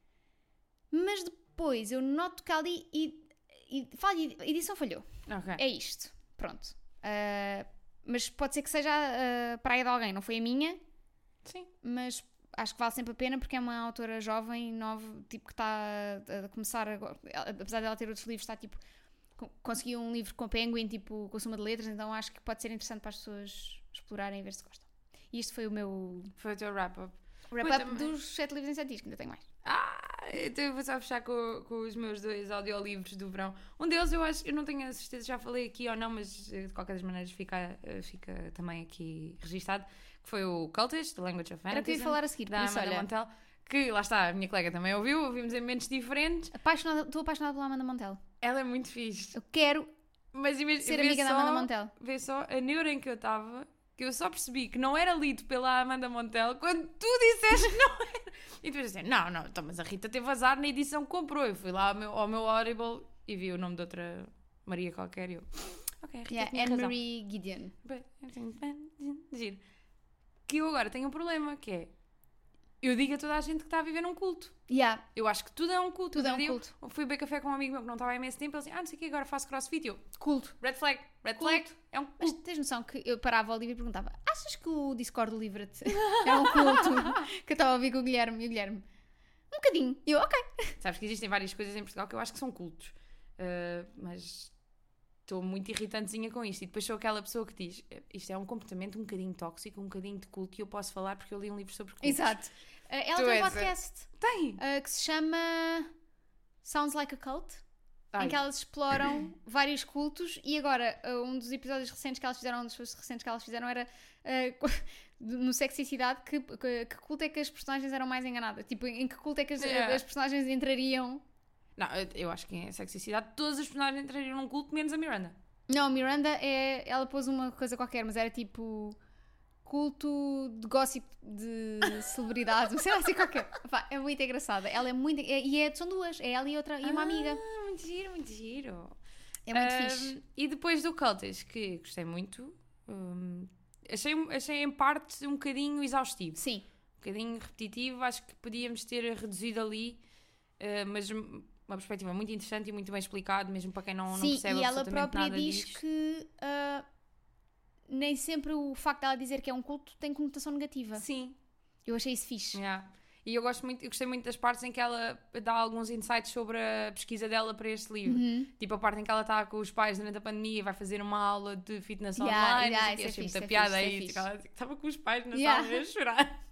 mas depois eu noto que ali e, e, fala, a edição falhou. Ok. É isto. Pronto. Ah, mas pode ser que seja a praia de alguém, não foi a minha, Sim. mas acho que vale sempre a pena porque é uma autora jovem, nova, tipo que está a começar agora, apesar dela ter outros livros, está tipo, co- conseguiu um livro com a Penguin, tipo, com a Suma de Letras, então acho que pode ser interessante para as pessoas explorarem e ver se gostam. E este foi o meu Foi o teu wrap-up. wrap-up Muito- dos sete livros em sete dias, que ainda tenho mais. Ah, então eu vou só fechar com, com os meus dois audiolivros do verão. Um deles eu acho, eu não tenho a certeza, já falei aqui ou não, mas eh, de qualquer das maneiras fica, eh, fica também aqui registado, que foi o Cultist, The Language of Era o que eu ia Fanatism, falar a seguir, por da isso, Amanda olha, Montel, que lá está, a minha colega também ouviu, ouvimos em momentos diferentes. apaixonada, estou apaixonada pela Amanda Montel. Ela é muito fixe. Eu quero Mas imag- ser vê amiga só, da Amanda Montel. Vê só a neura em que eu estava, que eu só percebi que não era lido pela Amanda Montel quando tu disseste que não era. E tu disseste, não, não, então, mas a Rita teve azar na edição que comprou. Eu fui lá ao meu, ao meu Audible e vi o nome de outra Maria qualquer e eu, ok, a Rita Yeah, tinha razão. Anne-Marie Gideon. Bem, assim, giro. Que eu agora tenho um problema, que é, eu digo a toda a gente que está a viver num culto. Yeah, Eu acho que tudo é um culto. Tudo é Outro um dia culto. eu fui beber café com um amigo meu que não estava há imenso tempo. Ele disse, ah, não sei o que, agora faço crossfit. Eu, culto. red flag, red Culto. flag. É um Mas culto. tens noção que eu parava ao livro e perguntava: achas que o Discord livra-te? É um culto que eu estava a ouvir com o Guilherme e o Guilherme. Um bocadinho. E eu, ok. Sabes que existem várias coisas em Portugal que eu acho que são cultos. Uh, mas estou muito irritantezinha com isto. E depois sou aquela pessoa que diz, isto é um comportamento um bocadinho tóxico, um bocadinho de culto, e eu posso falar porque eu li um livro sobre cultos. Exato. Uh, ela Tu tem um és a- podcast Tem! uh, que se chama Sounds Like a Cult, Ai, em que elas exploram vários cultos. E agora, uh, um dos episódios recentes que elas fizeram, um dos recentes que elas fizeram era uh, no Sexicidade, que, que, que culto é que as personagens eram mais enganadas? Tipo, em que culto é que as, Yeah. as personagens entrariam? Não, eu, eu acho que em Sexicidade todas as personagens entrariam num culto, menos a Miranda. Não, a Miranda é. Ela pôs uma coisa qualquer, mas era tipo. Culto de gossip de celebridades, não sei lá assim qualquer. Pá, é muito engraçada. Ela é muito. É, e é, são duas, é ela e outra, e uma amiga. Ah, muito giro, muito giro. É muito Um, fixe. E depois do Cultist, que gostei muito, um, achei, achei em parte um bocadinho exaustivo. Sim. Um bocadinho repetitivo, acho que podíamos ter reduzido ali, uh, mas uma perspectiva muito interessante e muito bem explicado, mesmo para quem não, não Sim, percebe e ela absolutamente própria nada diz disto. que ah, nem sempre o facto dela dizer que é um culto tem conotação negativa. Sim, Eu achei isso fixe. yeah. E eu, gosto muito, eu gostei muito das partes em que ela dá alguns insights sobre a pesquisa dela para este livro. Uhum. Tipo a parte em que ela está com os pais durante a pandemia e vai fazer uma aula de fitness Yeah, online. yeah, não sei o isso quê. é Achei fixe, muita isso é piada fixe, aí. isso é tipo, ela estava com os pais na Yeah. sala a chorar.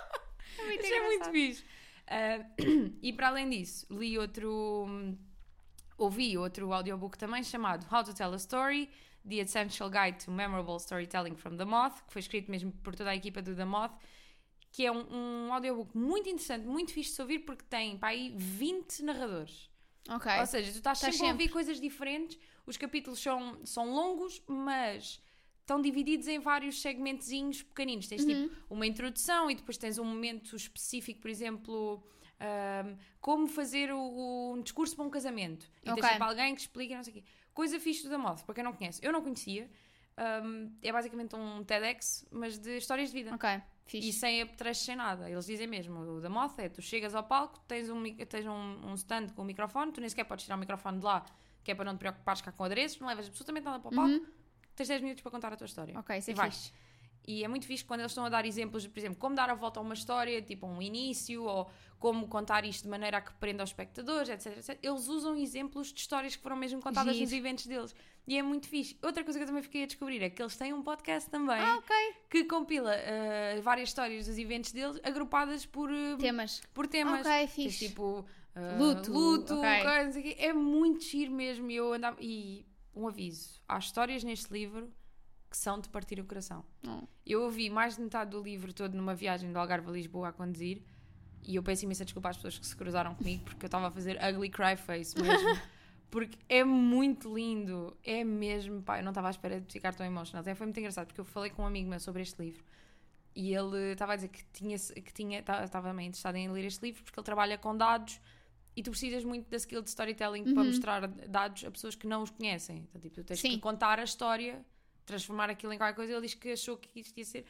É muito Achei muito engraçado. fixe. Ah, e para além disso, li outro... Ouvi outro audiobook também chamado How to Tell a Story, The Essential Guide to Memorable Storytelling from the Moth, que foi escrito mesmo por toda a equipa do The Moth, que é um, um audiobook muito interessante, muito fixe de se ouvir, porque tem para aí vinte narradores. Ok. Ou seja, tu estás, Estás sempre a ouvir sempre. coisas diferentes, os capítulos são, são longos, mas estão divididos em vários segmentozinhos pequeninos. Tens Uhum. tipo uma introdução e depois tens um momento específico, por exemplo, um, como fazer o, um discurso para um casamento. E Ok. tens tipo alguém que explica, não sei o quê. Coisa fixe do The Moth, para quem não conhece. Eu não conhecia. Um, é basicamente um TEDx, mas de histórias de vida. Ok, E fixe. sem apetrecho, sem nada. Eles dizem mesmo, o da Moth é, tu chegas ao palco, tens um, mi- tens um, um stand com um microfone, tu nem sequer podes tirar o microfone de lá, que é para não te preocupares cá com adereços, não levas absolutamente nada para o palco, Uhum. tens dez minutos para contar a tua história. Ok, isso E é vais. fixe. E é muito fixe quando eles estão a dar exemplos, de, por exemplo, como dar a volta a uma história, tipo um início, ou como contar isto de maneira a que prenda aos espectadores, etc, etcétera. Eles usam exemplos de histórias que foram mesmo contadas Giro. nos eventos deles. E é muito fixe. Outra coisa que eu também fiquei a descobrir é que eles têm um podcast também, Ah, ok. que compila uh, várias histórias dos eventos deles, agrupadas por, uh, Temas. por temas. Ok, Tens fixe. tipo uh, Luto, luto ok. coisa, não sei o quê. É muito giro mesmo. E, eu andava... e um aviso: há histórias neste livro que são de partir o coração. Oh. Eu ouvi mais de metade do livro todo numa viagem do Algarve a Lisboa a conduzir, e eu peço imensa desculpa às pessoas que se cruzaram comigo, porque eu estava a fazer ugly cry face mesmo. Porque é muito lindo, é mesmo, pá, eu não estava à espera de ficar tão emocional. Até foi muito engraçado, porque eu falei com um amigo meu sobre este livro e ele estava a dizer que tinha, que tinha, estava também interessado em ler este livro porque ele trabalha com dados e tu precisas muito da skill de storytelling Uhum. para mostrar dados a pessoas que não os conhecem. Então, tipo, tu tens Sim. que contar a história, transformar aquilo em qualquer coisa. Ele diz que achou que isto ia ser,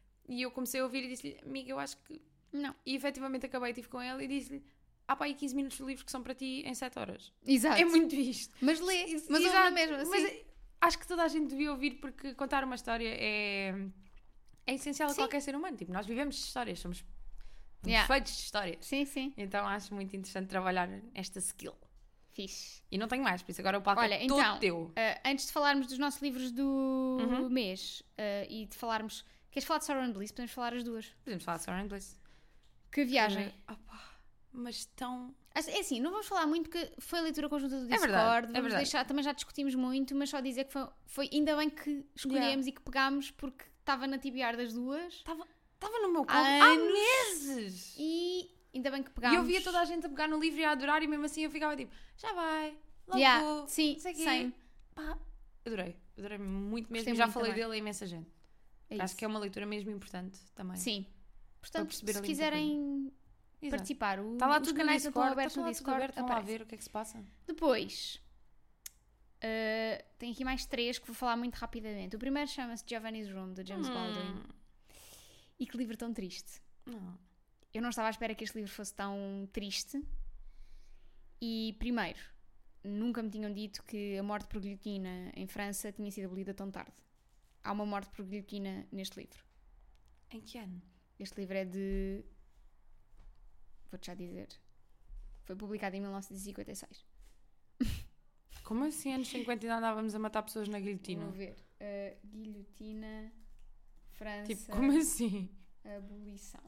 e eu comecei a ouvir e disse-lhe, amiga, eu acho que... Não. E efetivamente acabei, estive com ele e disse-lhe, há para aí quinze minutos de livro que são para ti em sete horas. Exato. É muito isto. Mas lê. Mas Exato, ouve na mesma, mas sim. acho que toda a gente devia ouvir, porque contar uma história é, é essencial a Sim. qualquer ser humano. Tipo, nós vivemos de histórias, somos, somos Yeah. feitos de histórias. Sim, sim. Então acho muito interessante trabalhar esta skill. Fixe. E não tenho mais, por isso agora o palco Olha, é então, todo teu. Uh, antes de falarmos dos nossos livros do Uhum. mês uh, e de falarmos... Queres falar de Sorrow and Bliss? Podemos falar as duas. Podemos falar de Soren Bliss. Que viagem. Eh, opá, mas tão... É assim, não vamos falar muito porque foi a leitura conjunta do Discord. verdade, é vamos verdade. deixar, também já discutimos muito, mas só dizer que foi, foi ainda bem que escolhemos Yeah. e que pegámos porque estava na tibiar das duas Estava estava no meu colo Há há anos. meses. e ainda bem que E pegámos. eu via toda a gente a pegar no livro e a adorar, e mesmo assim eu ficava tipo, já vai, logo Yeah, vou. sim, não sei o quê. same. Pá, adorei, adorei muito mesmo. Gostei E já muito falei também. dele a imensa gente. É Acho isso. que é uma leitura mesmo importante também. Sim. Portanto, perceber se ali muita quiserem Exato. participar, o, Está lá os tudo canais no estão Discord, abertos está no lá tudo Discord. aberto, vão lá aparece. ver o que é que se passa. Depois, uh, tenho aqui mais três que vou falar muito rapidamente. O primeiro chama-se Giovanni's Room, do James Baldwin. Hum, E que livro tão triste. não. Eu não estava à espera que este livro fosse tão triste. E, primeiro, nunca me tinham dito que a morte por guilhotina em França tinha sido abolida tão tarde. Há uma morte por guilhotina neste livro. Em que ano? Este livro é de... Vou-te já dizer. Foi publicado em mil novecentos e cinquenta e seis. Como assim, anos cinquenta ainda andávamos a matar pessoas na guilhotina? Vou ver. Uh, guilhotina, França, Tipo, como assim? abolição.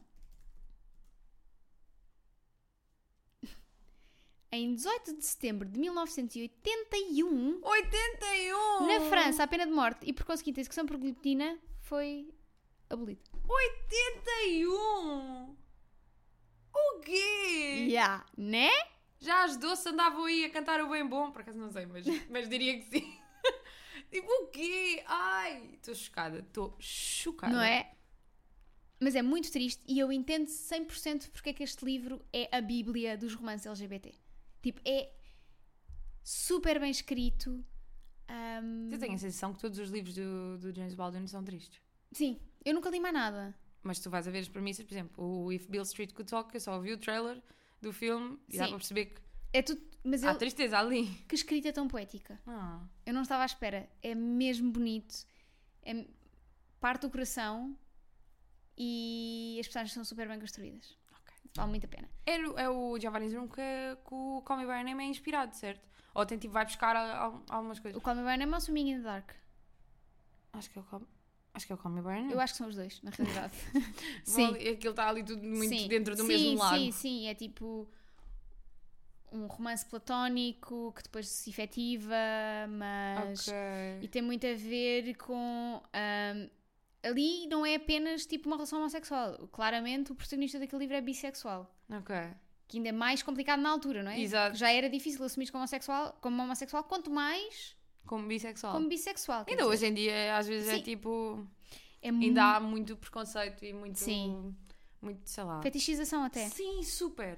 Em dezoito de setembro de mil novecentos e oitenta e um, oitenta e um! na França, a pena de morte e por conseguinte a execução por guilhotina foi abolida. oitenta e um! O quê? Yeah, né? Já as doces andavam aí a cantar o bem bom, por acaso não sei, mas, mas diria que sim. Tipo, o quê? Ai, estou chocada, estou chocada. Não é? Mas é muito triste e eu entendo cem por cento porque é que este livro é a bíblia dos romances L G B T. Tipo, é super bem escrito. Um, Eu tenho a sensação que todos os livros do, do James Baldwin são tristes. Sim, eu nunca li mais nada. Mas tu vais a ver as premissas, por exemplo, o If Beale Street Could Talk, eu só ouvi o trailer do filme e dá Sim. para perceber que É tudo, mas há ele, tristeza ali. que escrita tão poética. Ah, Eu não estava à espera. É mesmo bonito. É parte do coração e as personagens são super bem construídas. ok. Vale muito a pena. É, o- é o Giovanni's Room que, que o Call Me By Your Name é inspirado, certo? Ou tem tipo, vai buscar a- a- algumas coisas. O Call Me By Your Name é o Swimming in the Dark. Acho que é o Call, acho que é o Call Me By Your Name. Eu acho que são os dois, na realidade. Vão ali- Aquilo está ali tudo muito Sim. dentro do sim, mesmo lago. Sim, sim, é tipo... um romance platónico que depois se efetiva, mas... Ok. E tem muito a ver com... Um, ali não é apenas tipo uma relação homossexual. Claramente o protagonista daquele livro é bissexual. Ok. Que ainda é mais complicado na altura, não é? Exato. Já era difícil assumir como homossexual, como homossexual, quanto mais Como bissexual. como bissexual. quer Ainda dizer. hoje em dia, às vezes, é Sim. tipo... É mu- Ainda há muito preconceito e muito... Sim. Muito, sei lá... Fetichização até. Sim, super.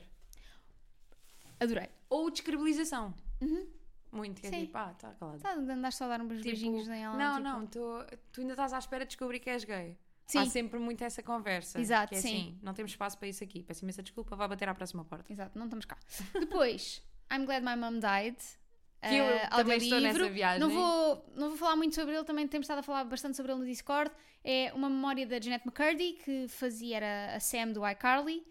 Adorei. Ou descredibilização. Uhum. Muito, que é Sim. tipo, ah, está calado. Tá, andaste só a dar uns Tipo, beijinhos em ela. não, tipo... não, tô, tu ainda estás à espera de descobrir que és gay. Sim. Há sempre muito essa conversa. Exato, que é sim. assim, não temos espaço para isso aqui. Peço imensa desculpa, vai bater à próxima porta. Exato, não estamos cá. Depois, I'm Glad My Mom Died. Que eu uh, também estou audiolivro. nessa viagem. Não vou, não vou falar muito sobre ele, também temos estado a falar bastante sobre ele no Discord. É uma memória da Jeanette McCurdy, que fazia, era a Sam do iCarly.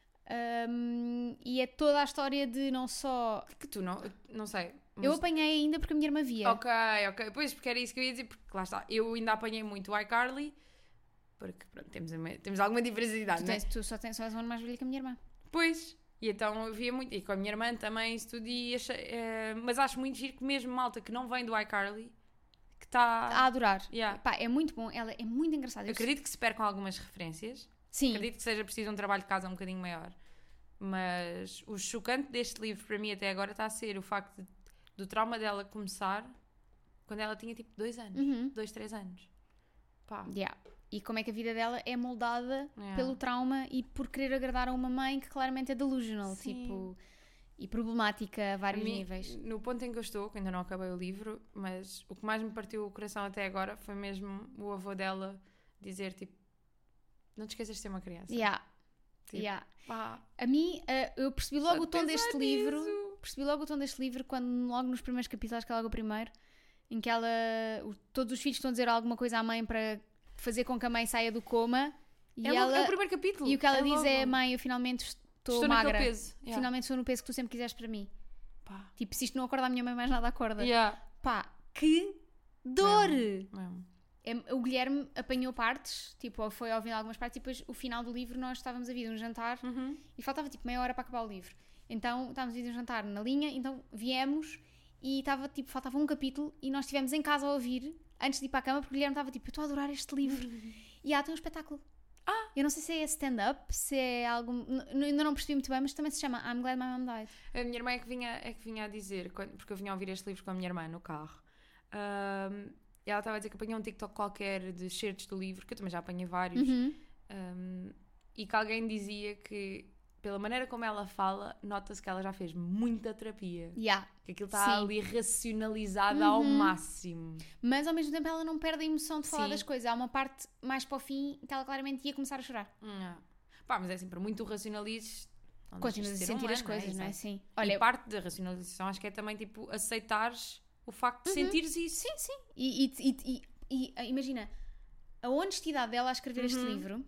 Um, e é toda a história de não só... Que tu não, não sei. Eu mas- apanhei ainda porque a minha irmã via. Ok, ok. Pois, porque era isso que eu ia dizer, porque lá está. Eu ainda apanhei muito o iCarly, porque pronto, temos, uma- temos alguma diversidade, Tu, não é? tens, tu só, tens, só és um ano mais velho que a minha irmã. Pois, e então eu via muito, e com a minha irmã também isso tudo, e achei, eh, mas acho muito giro que mesmo malta que não vem do iCarly, que está... A adorar. Yeah. Pá, é muito bom, ela é muito engraçada. Eu acredito que se percam algumas referências, Sim, acredito que seja preciso um trabalho de casa um bocadinho maior, mas o chocante deste livro para mim até agora está a ser o facto de- do trauma dela começar quando ela tinha tipo dois anos, Uhum. dois, três anos. Pá, yeah. E como é que a vida dela é moldada Yeah. pelo trauma e por querer agradar a uma mãe que claramente é delusional, Sim. tipo, e problemática a a vários mim, níveis. no ponto em que eu estou, que ainda não acabei o livro, mas o que mais me partiu o coração até agora foi mesmo o avô dela dizer tipo, não te esqueças de ser uma criança. Yeah. Tipo, Yeah. pá, A mim, eh, eu percebi só logo de o tom pensar deste nisso. livro, percebi logo o tom deste livro quando logo nos primeiros capítulos, acho que é logo o primeiro, em que ela, o- todos os filhos estão a dizer alguma coisa à mãe para fazer com que a mãe saia do coma e É, logo- ela é o primeiro capítulo. e o que ela é diz logo. é: mãe, eu finalmente estou, Estou magra. naquele peso. Yeah. Finalmente estou no peso que tu sempre quiseste para mim. Pá. Tipo, se isto não acorda a minha mãe, mais nada acorda. Yeah. Pá, que dor! Mesmo. É- o Guilherme apanhou partes, tipo, foi ouvindo algumas partes e depois o final do livro nós estávamos a vir de um jantar Uhum. e faltava tipo meia hora para acabar o livro. Então estávamos a vir de um jantar na linha, então viemos e estava tipo, faltava um capítulo e nós estivemos em casa a ouvir antes de ir para a cama porque o Guilherme estava tipo, eu estou a adorar este livro. E há, tem um espetáculo. Ah! Eu não sei se é stand-up, se é algo. n- n- Ainda não percebi muito bem, mas também se chama I'm Glad My Mom Died. A minha irmã é que vinha, é que vinha a dizer, quando- porque eu vinha a ouvir este livro com a minha irmã no carro, ahm, e ela estava a dizer que apanhou um TikTok qualquer de certos do livro, que eu também já apanhei vários, Uhum. ahm, e que alguém dizia que, pela maneira como ela fala, nota-se que ela já fez muita terapia. Yeah. Que aquilo está Sim. ali racionalizado ao Uhum. máximo. Mas ao mesmo tempo ela não perde a emoção de falar Sim. das coisas. Há uma parte mais para o fim que ela claramente ia começar a chorar. Hum, Pá, mas é assim, por muito tu racionalizes, não Continuas a deixas de ser sentir humano, as coisas, não é? Exato. Sim. Olha, Olha, e parte da racionalização acho que é também tipo aceitares o facto de sentires isso. sim, sim. E, e- e- e- e, ah, imagina, a honestidade dela a escrever este Uhum. livro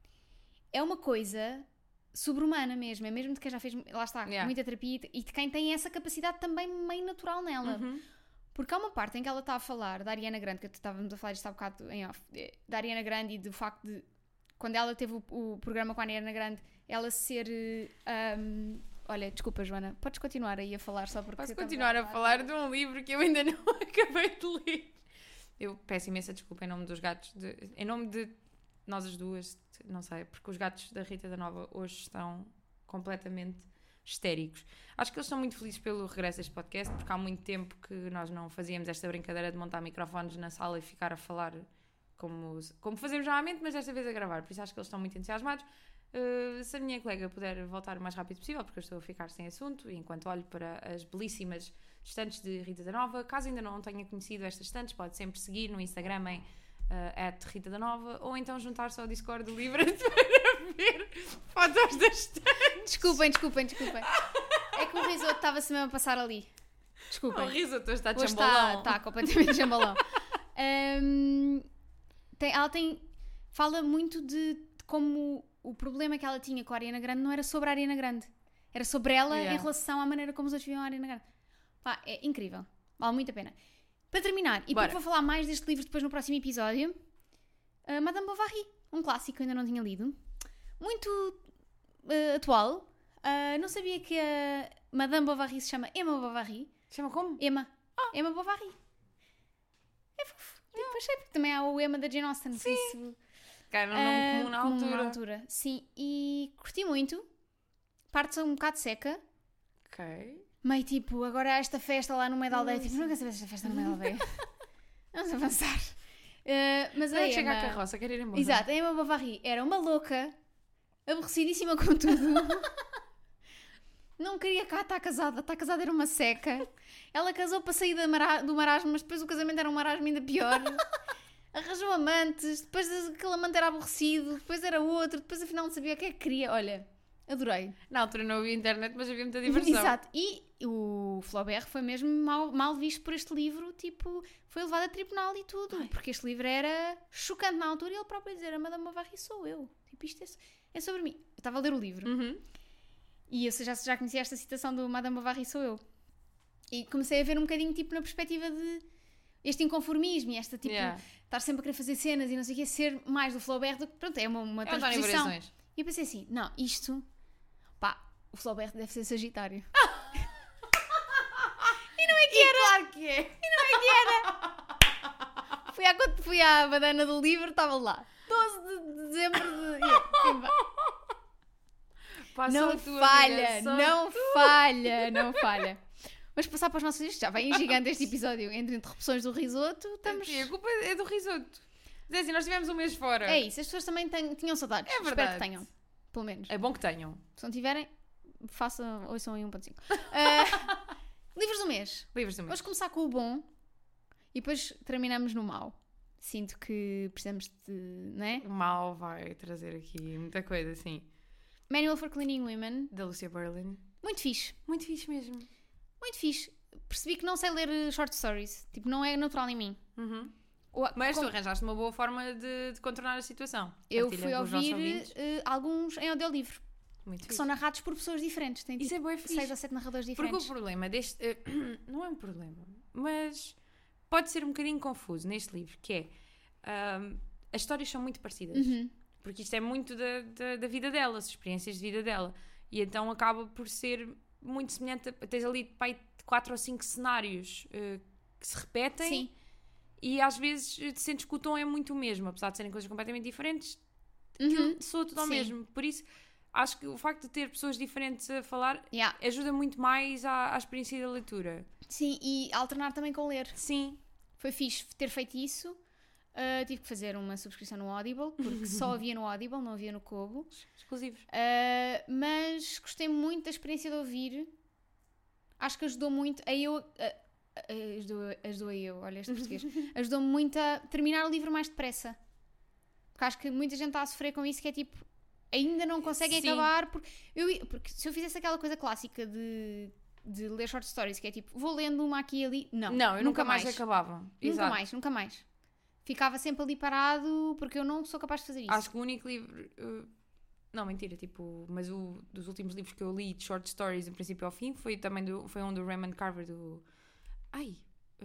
é uma coisa sobre-humana mesmo. É mesmo de quem já fez, lá está, Yeah. muita terapia e de quem tem essa capacidade também meio natural nela. Uhum. Porque há uma parte em que ela está a falar da Ariana Grande, que estávamos a falar isto há bocado em off, eh, da Ariana Grande e do facto de, quando ela teve o, o programa com a Ariana Grande, ela ser... eh, um, olha, desculpa, Joana, podes continuar aí a falar só porque... Posso estamos continuar a falar de um livro que eu ainda não acabei de ler. Eu peço imensa desculpa em nome dos gatos, de- em nome de nós as duas, não sei, porque os gatos da Rita da Nova hoje estão completamente histéricos. Acho que eles estão muito felizes pelo regresso deste podcast, porque há muito tempo que nós não fazíamos esta brincadeira de montar microfones na sala e ficar a falar como, como fazemos normalmente, mas desta vez a gravar. Por isso acho que eles estão muito entusiasmados. Uh, se a minha colega puder voltar o mais rápido possível, porque eu estou a ficar sem assunto, e enquanto olho para as belíssimas estantes de Rita da Nova, caso ainda não tenha conhecido estas estantes, pode sempre seguir no Instagram em uh, at Rita da Nova, ou então juntar-se ao Discord do Livre para ver fotos das estantes. Desculpem, desculpem, desculpem. É que o risoto estava-se mesmo a passar ali. Desculpem. O risoto está de Hoje está, chambalão. está completamente chambalão. Hum, tem, ela tem... Fala muito de, de como o problema que ela tinha com a Ariana Grande não era sobre a Ariana Grande. Era sobre ela Yeah. em relação à maneira como os outros viam a Ariana Grande. Pá, é incrível. Vale muito a pena. Para terminar, e Bora. porque vou falar mais deste livro depois no próximo episódio, uh, Madame Bovary, um clássico que eu ainda não tinha lido. Muito uh, atual. Uh, não sabia que a Madame Bovary se chama Emma Bovary. Chama como? Emma. Ah. Emma Bovary. É fofo. Tipo, achei, porque também há o Emma da Jane Austen. Sim. Isso, Cara, um nome uh, comum na comum altura. na altura. Sim, e curti muito. Parte um bocado seca. Ok. Meio tipo, agora há esta festa lá no meio da aldeia. Tipo, não quero saber desta festa no meio da aldeia. Vamos avançar. Uh, mas Não a é que chega Emma... à carroça, quero ir embora. Exato, a Emma Bovary era uma louca, aborrecidíssima com tudo. Não queria cá estar casada, estar casada era uma seca. Ela casou para sair da mara- do marasmo, mas depois o casamento era um marasmo ainda pior. Arranjou amantes, depois aquele amante era aborrecido, depois era outro, depois afinal não sabia o que é que queria. Olha, adorei. Na altura não havia internet, mas havia muita diversão. Exato, e o Flaubert foi mesmo mal, mal visto por este livro, tipo, foi levado a tribunal e tudo, Ai. porque este livro era chocante na altura e ele próprio a dizer, a Madame Bovary sou eu, tipo, isto é, é sobre mim. Eu estava a ler o livro. Uhum. E eu já, já conhecia esta citação do Madame Bovary sou eu. E comecei a ver um bocadinho, tipo, na perspectiva de este inconformismo e esta, tipo, Yeah. estar sempre a querer fazer cenas e não sei o quê, ser mais do Flaubert do que, pronto, é uma, uma É um António transposição. Variações. E eu pensei assim, não, isto, pá, o Flaubert deve ser Sagitário. E não é que era. Claro que é. E não é que era. Fui à, quando fui à badana do livro, estava lá. doze de dezembro de... Eu, Pá, não só tu, falha, amiga, só não tu. falha, não falha. Vamos passar para os nossos isto já vem em gigante este episódio. Entre interrupções do risoto, estamos... Sim, a culpa é do risoto. Mas é assim, nós tivemos um mês fora. É isso, as pessoas também têm, tinham saudades. É Espero verdade. que tenham, pelo menos. É bom que tenham. Se não tiverem, façam, ouçam em um ponto cinco. Uh, livros do mês. Livros do mês. Vamos começar com o bom e depois terminamos no mau. Sinto que precisamos de, não é? O mal vai trazer aqui muita coisa, assim. Manual for Cleaning Women. Da Lucia Berlin. Muito fixe. Muito fixe mesmo. Muito fixe. Percebi que não sei ler uh, short stories. Tipo, não é natural em mim. Uhum. Ou, Mas como- tu arranjaste uma boa forma de, de contornar a situação. Eu Partilha fui com os nossos ouvir ouvintes. uh, alguns em audiolivro. Muito Que fixe. são narrados por pessoas diferentes. Tem Isso tipo é bué fixe. seis ou sete narradores Porque diferentes. o problema deste... eh, não é um problema, mas pode ser um bocadinho confuso neste livro, que é... ahm, as histórias são muito parecidas. Uhum. Porque isto é muito da, da, da vida dela, as experiências de vida dela. E então acaba por ser muito semelhante. A, tens ali pai, quatro ou cinco cenários eh, que se repetem. Sim. E às vezes eh, sentes que o tom é muito o mesmo. Apesar de serem coisas completamente diferentes, Uhum. aquilo soa tudo ao Sim. mesmo. Por isso, acho que o facto de ter pessoas diferentes a falar Yeah. ajuda muito mais à, à experiência da leitura. Sim, e alternar também com ler. Sim. Foi fixe ter feito isso. Uh, tive que fazer uma subscrição no Audible, porque só havia no Audible, não havia no Kobo. Exclusivos. Uh, mas gostei muito da experiência de ouvir. Acho que ajudou muito a eu. Uh, uh, ajudou, ajudou a eu, olha este português. Ajudou-me muito a terminar o livro mais depressa. Porque acho que muita gente está a sofrer com isso, que é tipo. Ainda não conseguem Sim. acabar. Porque, eu, porque se eu fizesse aquela coisa clássica de, de ler short stories, que é tipo, vou lendo uma aqui e ali. Não, Não, eu nunca, mais, acabava. Nunca Exato. mais, nunca mais. Ficava sempre ali parado porque eu não sou capaz de fazer isso. Acho que o único livro. uh, não, mentira, tipo. Mas o dos últimos livros que eu li de short stories, do princípio ao fim, foi também do, foi um do Raymond Carver do. Ai.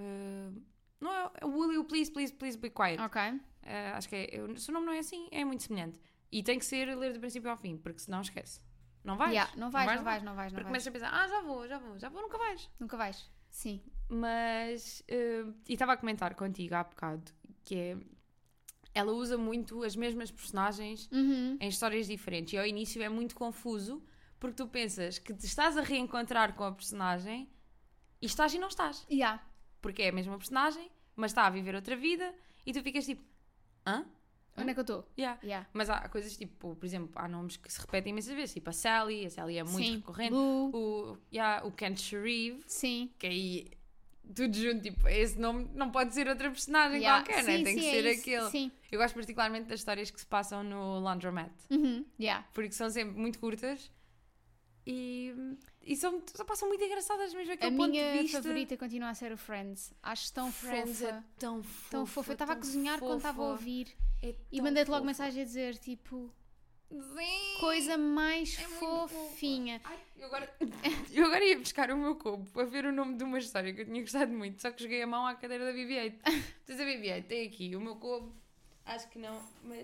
uh, não é. é Will you please, please, please be quiet? Ok. Uh, acho que é. Eu, se o nome não é assim, é muito semelhante. E tem que ser ler do princípio ao fim, porque senão esquece. Não vais? Yeah, não vais, não vais, não vais, não Porque vais. começas a pensar, ah, já vou, já vou, já vou, nunca vais. Nunca vais. Sim. Mas, uh, e estava a comentar contigo há bocado, que é, ela usa muito as mesmas personagens Uhum. em histórias diferentes. E ao início é muito confuso, porque tu pensas que te estás a reencontrar com a personagem e estás e não estás. Yeah. Porque é a mesma personagem, mas está a viver outra vida e tu ficas tipo, hã? Onde é que eu estou? Yeah. Yeah. Mas há coisas tipo, por exemplo, há nomes que se repetem imensas vezes, tipo a Sally, a Sally é muito Sim. recorrente. Lou. O, yeah, o Kent Shreve, Sim. que aí tudo junto, tipo, esse nome não pode ser outra personagem Yeah. qualquer, Sim, né? Tem sim, que é ser isso. aquele. Sim. Eu gosto particularmente das histórias que se passam no Laundromat, Uhum. Yeah. porque são sempre muito curtas e, e são, só passam muito engraçadas mesmo A aquele ponto minha de vista. favorita continua a ser o Friends. Acho tão Friends fofa. é tão fofa. Tão fofa. Eu estava a tão cozinhar quando estava a fofa. ouvir. É E tão mandei-te logo fofa. mensagem a dizer, tipo, Sim. coisa mais É muito fofa. fofinha. Ai, eu, agora, eu agora ia buscar o meu cubo para ver o nome de uma história que eu tinha gostado muito, só que joguei a mão à cadeira da B B oito. Tens a B B oito, tem aqui o meu cubo, acho que não, mas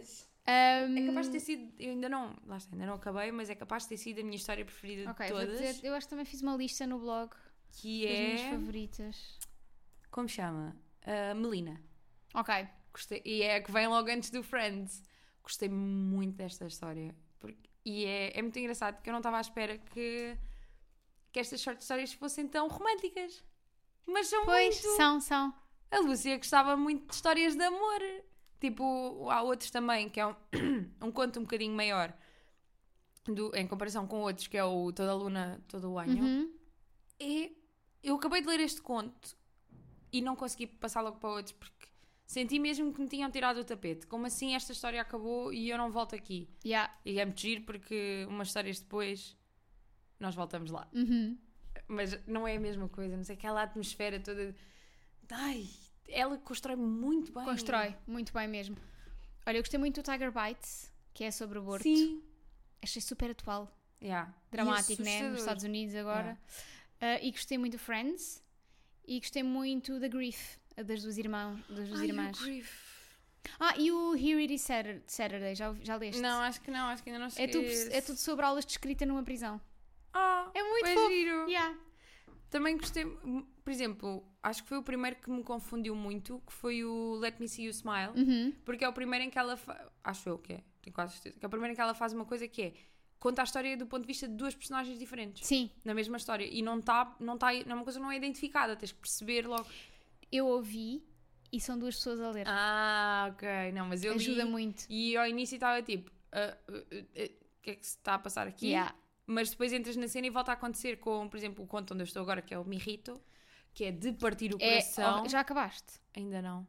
Um, É capaz de ter sido, eu ainda não, lá está, ainda não acabei, mas é capaz de ter sido a minha história preferida Ok, de vou todas. dizer, eu acho que também fiz uma lista no blog Que das minhas é, favoritas. como chama? Uh, Melina. Ok. Gostei, e é a que vem logo antes do Friends. Gostei muito desta história. Porque, e é, é muito engraçado porque eu não estava à espera que, que estas short stories fossem tão românticas. Mas são Pois, muito. são, são. A Lúcia gostava muito de histórias de amor. Tipo, há outros também, que é um, um conto um bocadinho maior. Do, em comparação com outros, que é o Toda a Luna, Todo o Ano. Uhum. E eu acabei de ler este conto e não consegui passar logo para outros porque senti mesmo que me tinham tirado o tapete. Como assim esta história acabou e eu não volto aqui? Yeah. E é muito giro porque umas histórias depois nós voltamos lá. Uhum. Mas não é a mesma coisa, não sei, aquela atmosfera toda. Ai, ela constrói muito bem. Constrói, muito bem mesmo. Olha, eu gostei muito do Tiger Bites, que é sobre aborto. Sim. Achei super atual. Yeah. Dramático, E né? Nos assustador. Estados Unidos agora. Uh, e gostei muito do Friends. E gostei muito da Grief, a das duas, irmãos, das duas Ai, irmãs. o Grief. Ah, e o Here It Is Satur- Saturday, já, já leste? Não, acho que não, acho que ainda não sei. É tudo, é tudo sobre aulas de escrita numa prisão. Ah, É muito foi fofo. giro. Yeah. Também gostei, por exemplo, acho que foi o primeiro que me confundiu muito, que foi o Let Me See You Smile, Uhum. porque é o primeiro em que ela, fa... acho eu que é, tenho quase certeza, que é o primeiro em que ela faz uma coisa que é, conta a história do ponto de vista de duas personagens diferentes, Sim, na mesma história, e não está, não tá, não é uma coisa que não é identificada, tens que perceber logo. eu ouvi e são duas pessoas a ler. Ah, ok, não, mas eu Ajuda li, muito. e ao início estava tipo, "Ah, ah, ah, ah, o que é que se está a passar aqui?" Yeah. Mas depois entras na cena e volta a acontecer com, por exemplo, o conto onde eu estou agora, que é o Mirrito, que é de partir o É, coração. oh, já acabaste? Ainda não.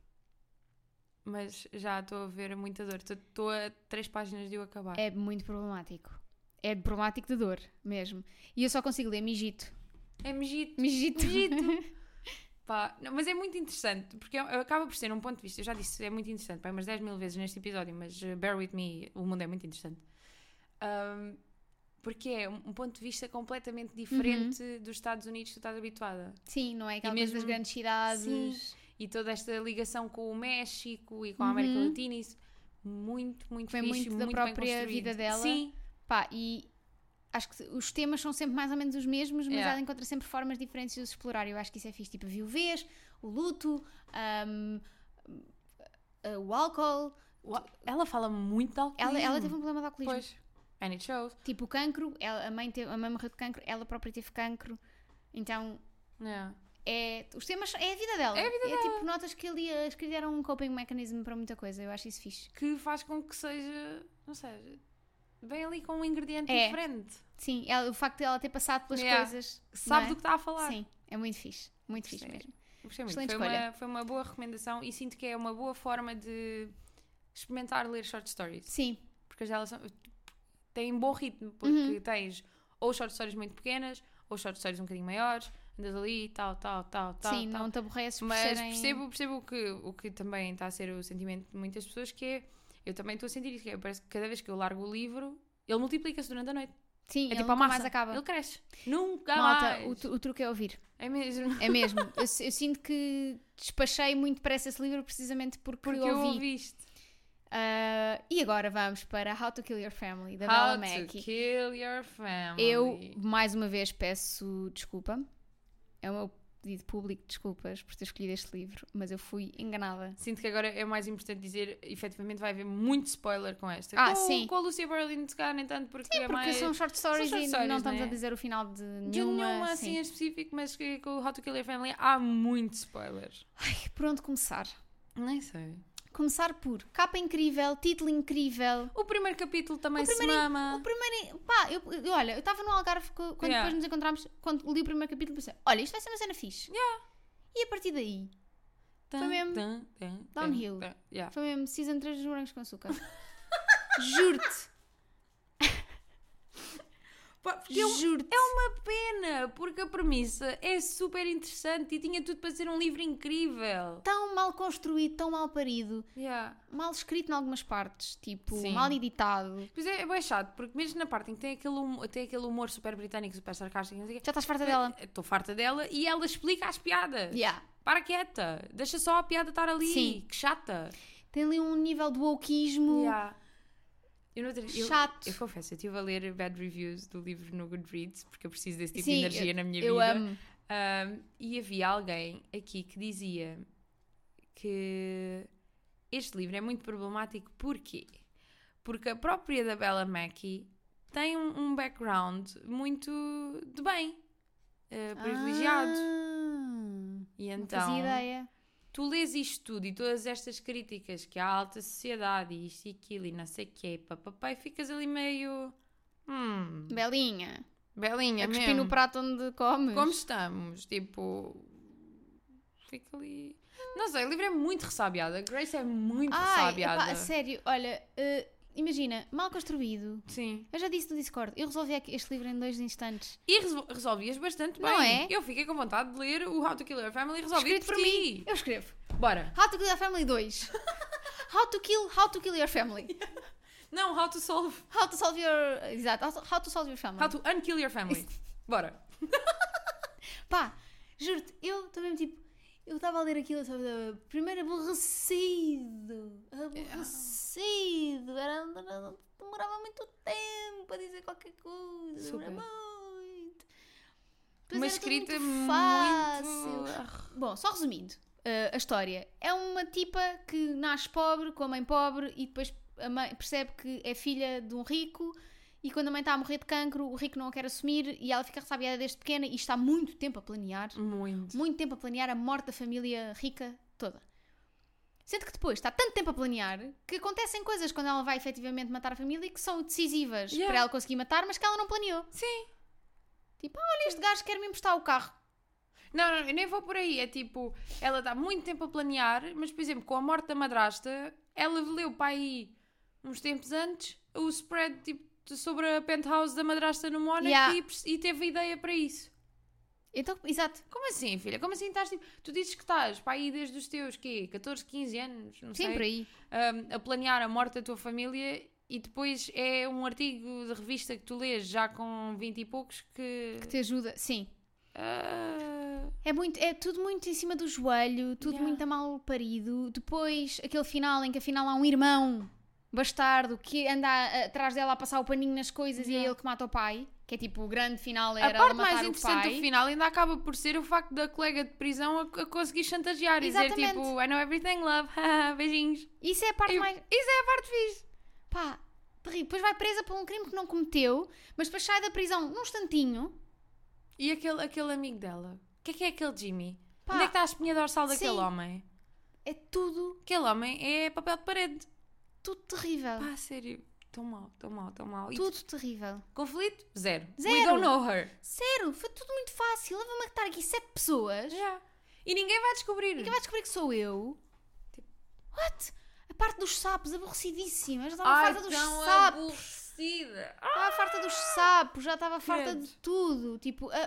Mas já estou a ver muita dor. Estou- Estou a três páginas de o acabar. É muito problemático. É problemático de dor, mesmo. E eu só consigo ler Mijito. É mejito. Mijito. Mejito. Pá, não, mas é muito interessante, porque é- acaba por ser um ponto de vista, eu já disse, é muito interessante, pá, umas dez mil vezes neste episódio, mas uh, bear with me, o mundo é muito interessante. Um, porque é um, um ponto de vista completamente diferente Uhum. dos Estados Unidos que tu estás habituada. Sim, não é aquela E coisa mesmo- das grandes cidades. Sim. E toda esta ligação com o México e com a América Uhum. Latina, isso muito, muito Foi fixe, muito da muito bem própria construído. vida dela. Sim, Pá, e acho que os temas são sempre mais ou menos os mesmos, mas Yeah. ela encontra sempre formas diferentes de os explorar. Eu acho que isso é fixe, tipo a viuvez, o luto, um, o álcool. Ua- ela fala muito de alcoolismo. Ela, ela teve um problema de alcoolismo. Pois, and it shows. Tipo o cancro, ela- a, mãe teve, a mãe morreu de cancro, ela própria teve cancro. Então, Yeah. é, os temas é a vida dela. É a vida dela. tipo, notas que ali a escrever era um coping mechanism para muita coisa. Eu acho isso fixe. Que faz com que seja, não sei, vem ali com um ingrediente É. diferente. Sim, ela- o facto de ela ter passado pelas Yeah. coisas. Sabe não é? do que está a falar. Sim, é muito fixe. Muito fixe Gostei. mesmo. Gostei muito. Excelente Foi escolha. uma, foi uma boa recomendação e sinto que é uma boa forma de experimentar ler short stories. Sim, Porque elas são, têm bom ritmo, porque Uhum. tens ou short stories muito pequenas, ou short stories um bocadinho maiores, andas ali, tal, tal, tal, tal. sim, tal. não te aborreces por Mas serem... percebo, percebo o, que, o que também está a ser o sentimento de muitas pessoas, que é, eu também estou a sentir isso, que é, parece que cada vez que eu largo o livro, ele multiplica-se durante a noite. Sim, É ele tipo nunca a massa, mais acaba. ele cresce. Nunca Malta, mais. o, tru- o truque é ouvir. É mesmo. É mesmo. eu, eu sinto que despachei muito depressa esse livro precisamente porque, Porque eu eu ouvi. ouviste. Ah, e agora vamos para How to Kill Your Family, da How Bella to Mackie. kill your family. Eu, mais uma vez, peço desculpa. É o meu pedido público de desculpas por ter escolhido este livro, mas eu fui enganada. Sinto que agora é mais importante dizer, efetivamente vai haver muito spoiler com esta. Ah, com, sim. Com a Lucia Berlin, se calhar nem tanto, porque é Porque mais... são short stories short e stories, não estamos né? a dizer o final de nenhuma. de nenhuma assim sim. em específico, mas que com o How to Kill Your Family há muito spoiler. Ai, por onde começar? Nem sei. Começar por capa incrível, título incrível. O primeiro capítulo também O primeiro- se mama. O primeiro. Pá, eu, eu- olha, eu estava no Algarve co- quando Yeah. depois nos encontramos, quando li o primeiro capítulo, pensei: olha, isto vai ser uma cena fixe. E a partir daí, Tan, mesmo tan, tan, downhill. tan, tan. Yeah. foi mesmo season três dos Morangos com Açúcar. Juro-te, Pá, porque é, um- juro-te. é uma pena, porque a premissa é super interessante e tinha tudo para ser um livro incrível. Tão mal construído, tão mal parido, Yeah. mal escrito em algumas partes, tipo, Sim. mal editado. Pois é, é bem chato, porque mesmo na parte em que tem aquele humor, tem aquele humor super britânico, super sarcástico, não sei o quê, Já estás farta dela? estou farta dela e ela explica as piadas. Yeah. Para quieta, deixa só a piada estar ali, Sim. que chata. Tem ali um nível de wokeismo Yeah. Eu, não, eu, chato. eu, eu confesso, eu estive a ler bad reviews do livro no Goodreads, porque eu preciso desse tipo Sim, de energia eu, na minha eu vida. amo. Um, e havia alguém aqui que dizia que este livro é muito problemático. Porquê? Porque a própria da Bella Mackie tem um, um background muito de bem, uh, privilegiado. Ah, E não então, fazia ideia. tu lês isto tudo e todas estas críticas que há a alta sociedade e isto e aquilo e não sei o quê, papapá, e ficas ali meio... Hum, Belinha. belinha A cuspir mesmo. no prato onde comes. Como estamos? Tipo... Fica ali... Não sei, o livro é muito ressabiado. A Grace é muito Ai, ressabiada. epá, sério, olha, uh, imagina, mal construído. Sim. Eu já disse no Discord, eu resolvi aqui este livro em dois instantes. E resol- resolvias bastante bem. Não é? Eu fiquei com vontade de ler o How to Kill Your Family resolvido Escrito por por ti. mim. Eu escrevo. Bora. How to Kill Your Family dois. How to Kill, How to Kill Your Family. Não, How to Solve... How to Solve Your... Exato, How to, how to Solve Your Family. How to Unkill Your Family. Bora. Pá, juro-te, eu também tipo... Eu estava a ler aquilo, eu estava primeiro aborrecido. Aborrecido. Era, era, demorava muito tempo a dizer qualquer coisa. Super. Demorava muito. Depois Uma era tudo escrita muito muito... fácil. Bom, só resumindo, uh, a história. É uma tipa que nasce pobre, com a mãe pobre, e depois a mãe percebe que é filha de um rico, e quando a mãe está a morrer de cancro, o rico não a quer assumir, e ela fica ressabiada desde pequena, e está muito tempo a planear. Muito. Muito tempo a planear a morte da família rica toda. Sendo que depois está tanto tempo a planear que acontecem coisas quando ela vai efetivamente matar a família que são decisivas Yeah. para ela conseguir matar, mas que ela não planeou. Sim. Tipo, ah, olha, este gajo quer me emprestar o carro. Não, não, eu nem vou por aí. É tipo, ela dá muito tempo a planear, mas, por exemplo, com a morte da madrasta, ela leu para aí uns tempos antes o spread tipo, sobre a penthouse da madrasta no Mónaco Yeah. e, e teve a ideia para isso. Então, exato. Como assim, filha? Como assim estás tipo... Tu dizes que estás para aí desde os teus, quê? catorze, quinze anos, não Sim, sei. por aí. um, a planear a morte da tua família e depois é um artigo de revista que tu lês já com vinte e poucos que... Que te ajuda. Sim. Ah, É, muito, é tudo muito em cima do joelho, tudo Yeah. muito a mal parido. Depois, aquele final em que afinal há um irmão bastardo que anda a- atrás dela a passar o paninho nas coisas e é Yeah. ele que mata o pai. Que é tipo, o grande final a era parte ela matar mais o interessante pai. do final ainda acaba por ser o facto da colega de prisão a, a conseguir chantagear e dizer Exatamente. tipo I know everything, love, beijinhos. Isso é a parte Eu- mais... Isso é a parte fixe. Pá, terrível. Depois vai presa por um crime que não cometeu, mas depois sai da prisão num instantinho. E aquele, aquele amigo dela? O que é que é aquele Jimmy? Pá, Onde é que está a espinha dorsal daquele sim. homem? É tudo, Aquele homem é papel de parede. tudo terrível. Pá, sério. Tão mal, tão mal, tão mal. E Tudo terrível. conflito? Zero. Zero. We don't know her. Sério, foi tudo muito fácil. Leva-me a matar aqui sete pessoas. Yeah. E ninguém vai descobrir. Ninguém vai descobrir que sou eu. Tipo- What? A parte dos sapos, aborrecidíssima. Eu já estava Ai, farta dos tão sapos. aborrecida. Estava farta dos sapos, já estava farta Credo. de tudo. Tipo, a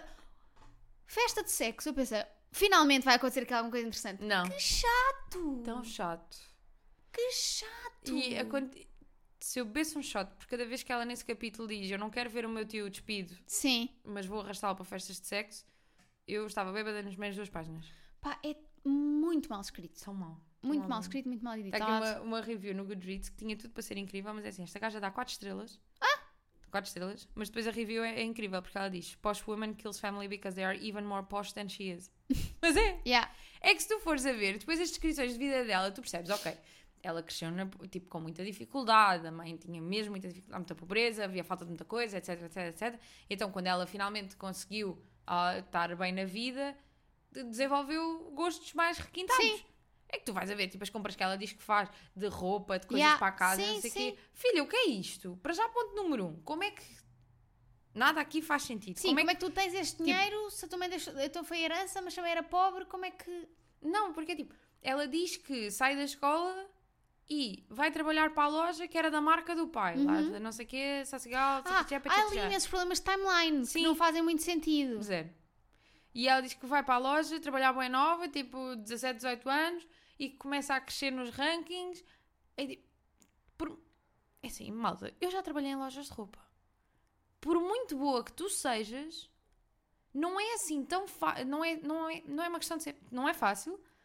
festa de sexo. Eu pensei, finalmente vai acontecer aqui alguma coisa interessante. Não. Que chato. Tão chato. Que chato. E a quanti- se eu bebesse um shot, porque cada vez que ela nesse capítulo diz eu não quero ver o meu tio despido, Sim. mas vou arrastá-lo para festas de sexo, eu estava bêbada nas primeiras duas páginas. Pá, é muito mal escrito. São mal. Muito Mal, mal mal. escrito, muito mal Está editado. aqui uma, uma review no Goodreads que tinha tudo para ser incrível, mas é assim, esta gaja dá quatro estrelas. Ah! quatro estrelas. Mas depois a review é, é incrível, porque ela diz Posh woman kills family because they are even more posh than she is. Mas é! Yeah. É que se tu fores a ver, depois as descrições de vida dela, tu percebes, ok, ela cresceu na- tipo, com muita dificuldade, a mãe tinha mesmo muita dificuldade, muita pobreza, havia falta de muita coisa, etc, etc, etcétera. Então quando ela finalmente conseguiu ah, estar bem na vida, de- desenvolveu gostos mais requintados. Sim. É que tu vais a ver, tipo, as compras que ela diz que faz de roupa, de coisas Yeah, para a casa, sim, não sei o sim. quê. Filha, o que é isto? Para já, ponto número um. Como é que nada aqui faz sentido? Sim, como, é que tu tens este dinheiro? Se a tua mãe deixou, então foi herança, mas também era pobre, como é que... Não, porque tipo, ela diz que sai da escola e vai trabalhar para a loja que era da marca do pai, lá de não sei o quê, Sassigal, Ah, há ali imensos problemas de timeline Sim. que não fazem muito sentido. Zero. E ela diz que vai para a loja trabalhar bem nova, tipo dezassete, dezoito anos, e que começa a crescer nos rankings. É, tipo, por... é assim, malta, eu já trabalhei em lojas de roupa. Por muito boa que tu sejas, não é assim tão fácil, não é, não, é, não é uma questão de ser, não é fácil,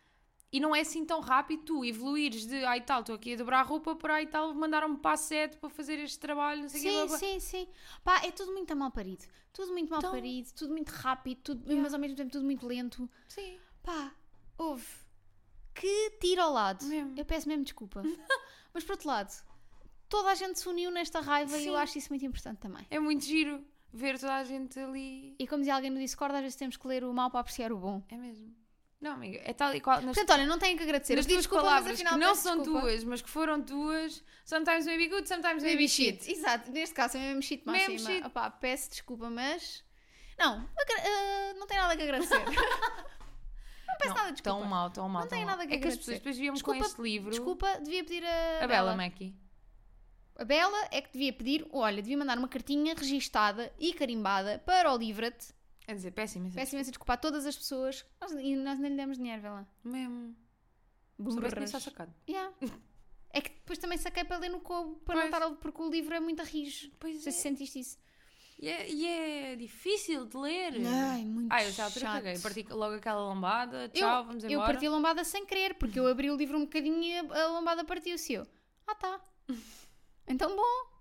E não é assim tão rápido tu evoluires de ai tal, estou aqui a dobrar a roupa, para ai tal, mandaram-me para a sete para fazer este trabalho, não sei o Sim, quê. Blá, blá. sim, sim. Pá, é tudo muito mal parido. Tudo muito mal Então- parido, tudo muito rápido, tudo, Yeah. mas ao mesmo tempo tudo muito lento. Sim. Pá, houve. Que tiro ao lado. Mesmo. Eu peço mesmo desculpa. Mas por outro lado, toda a gente se uniu nesta raiva e eu Sim. acho isso muito importante também. É muito giro ver toda a gente ali. E como dizia alguém no Discord, às vezes temos que ler o mal para apreciar o bom. É mesmo. Não, amiga, é tal e qual. Nas, Portanto, olha, não tenho que agradecer. nas Eu pedi tuas desculpa, palavras, mas afinal que não peço são desculpa. tuas, mas que foram tuas. Sometimes maybe good, sometimes maybe Baby shit. shit. Exato, neste caso é mesmo shit Mesmo máxima. shit. Opá, peço desculpa, mas. Não, agra- ah, não tem nada que agradecer. não peço nada de desculpa. Tão mal, tão mal. Não tão tenho mal. nada que É que as agradecer. pessoas depois viam-me com Desculpa- este livro. Desculpa, devia pedir a, A Bella Mackie. A Bella é que devia pedir, olha, devia mandar uma cartinha registada e carimbada para o Livra-te. É dizer, péssimo. Peço imensa desculpa a todas as pessoas. Nós, e nós nem lhe demos dinheiro, Bella. Mesmo. Se soubesse, tinha Burras. só sacado. Yeah. É que depois também saquei para ler no Kobo, para não Pois. estar a- porque o livro é muito a rijo. Não Pois sei é. se sentiste isso. E é, e é difícil de ler. Ai, muito Ai, eu já altura chato. caguei. Parti logo aquela lombada. Tchau, vamos embora. Eu parti a lombada sem querer, porque eu abri o livro um bocadinho e a, a lombada partiu-se. Eu, ah tá. Então bom.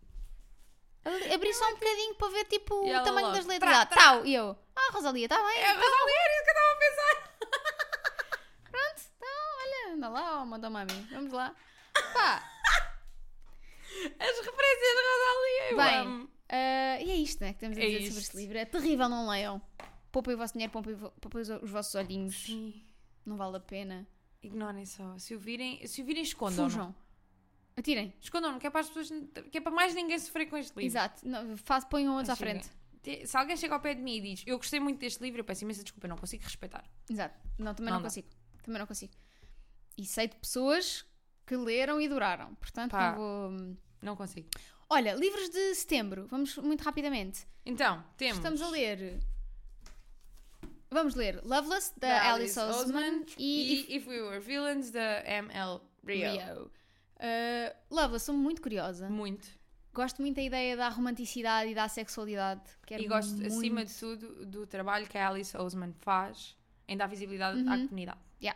Ali- Abri só um bocadinho para ver tipo E o ela tamanho logo, das letras. trá, Ah, trá. tal. E eu, ah, Rosalia, está bem. É a Rosalia, era isso que eu estava a pensar. Pronto, então, olha, anda lá, ó, mandou-me a mim. Vamos lá. Pá, As referências de Rosalia, eu bem, amo. ah, e é isto, né, que temos a É dizer sobre isto. este livro. É terrível, não leiam. Poupem o vosso dinheiro, poupem, vo- poupem os, os vossos olhinhos. Sim. Não vale a pena. Ignorem só. Se o virem, se o virem escondam-no. Fujam. Atirem. Escondam-no, que é para as pessoas, que é para mais ninguém sofrer com este livro. Exato. Não, faz, ponham outros à Ah, chega. frente. Te- Se alguém chega ao pé de mim e diz eu gostei muito deste livro, eu peço imensa desculpa, eu não consigo respeitar. Exato. Não, também Não não, dá. consigo. Também não consigo. E sei de pessoas que leram e adoraram. Portanto, Pá. não vou... Não consigo. Olha, livros de setembro. Vamos muito rapidamente. Então, temos... Estamos a ler... Vamos ler Loveless, da, da Alice Oseman e, e If We Were Villains, da M L Rio. Rio. Uh, Loveless, sou muito curiosa. Muito. Gosto muito da ideia da romanticidade e da sexualidade. Quero E gosto, muito... acima de tudo, do trabalho que a Alice Oseman faz em dar visibilidade à Uhum. comunidade.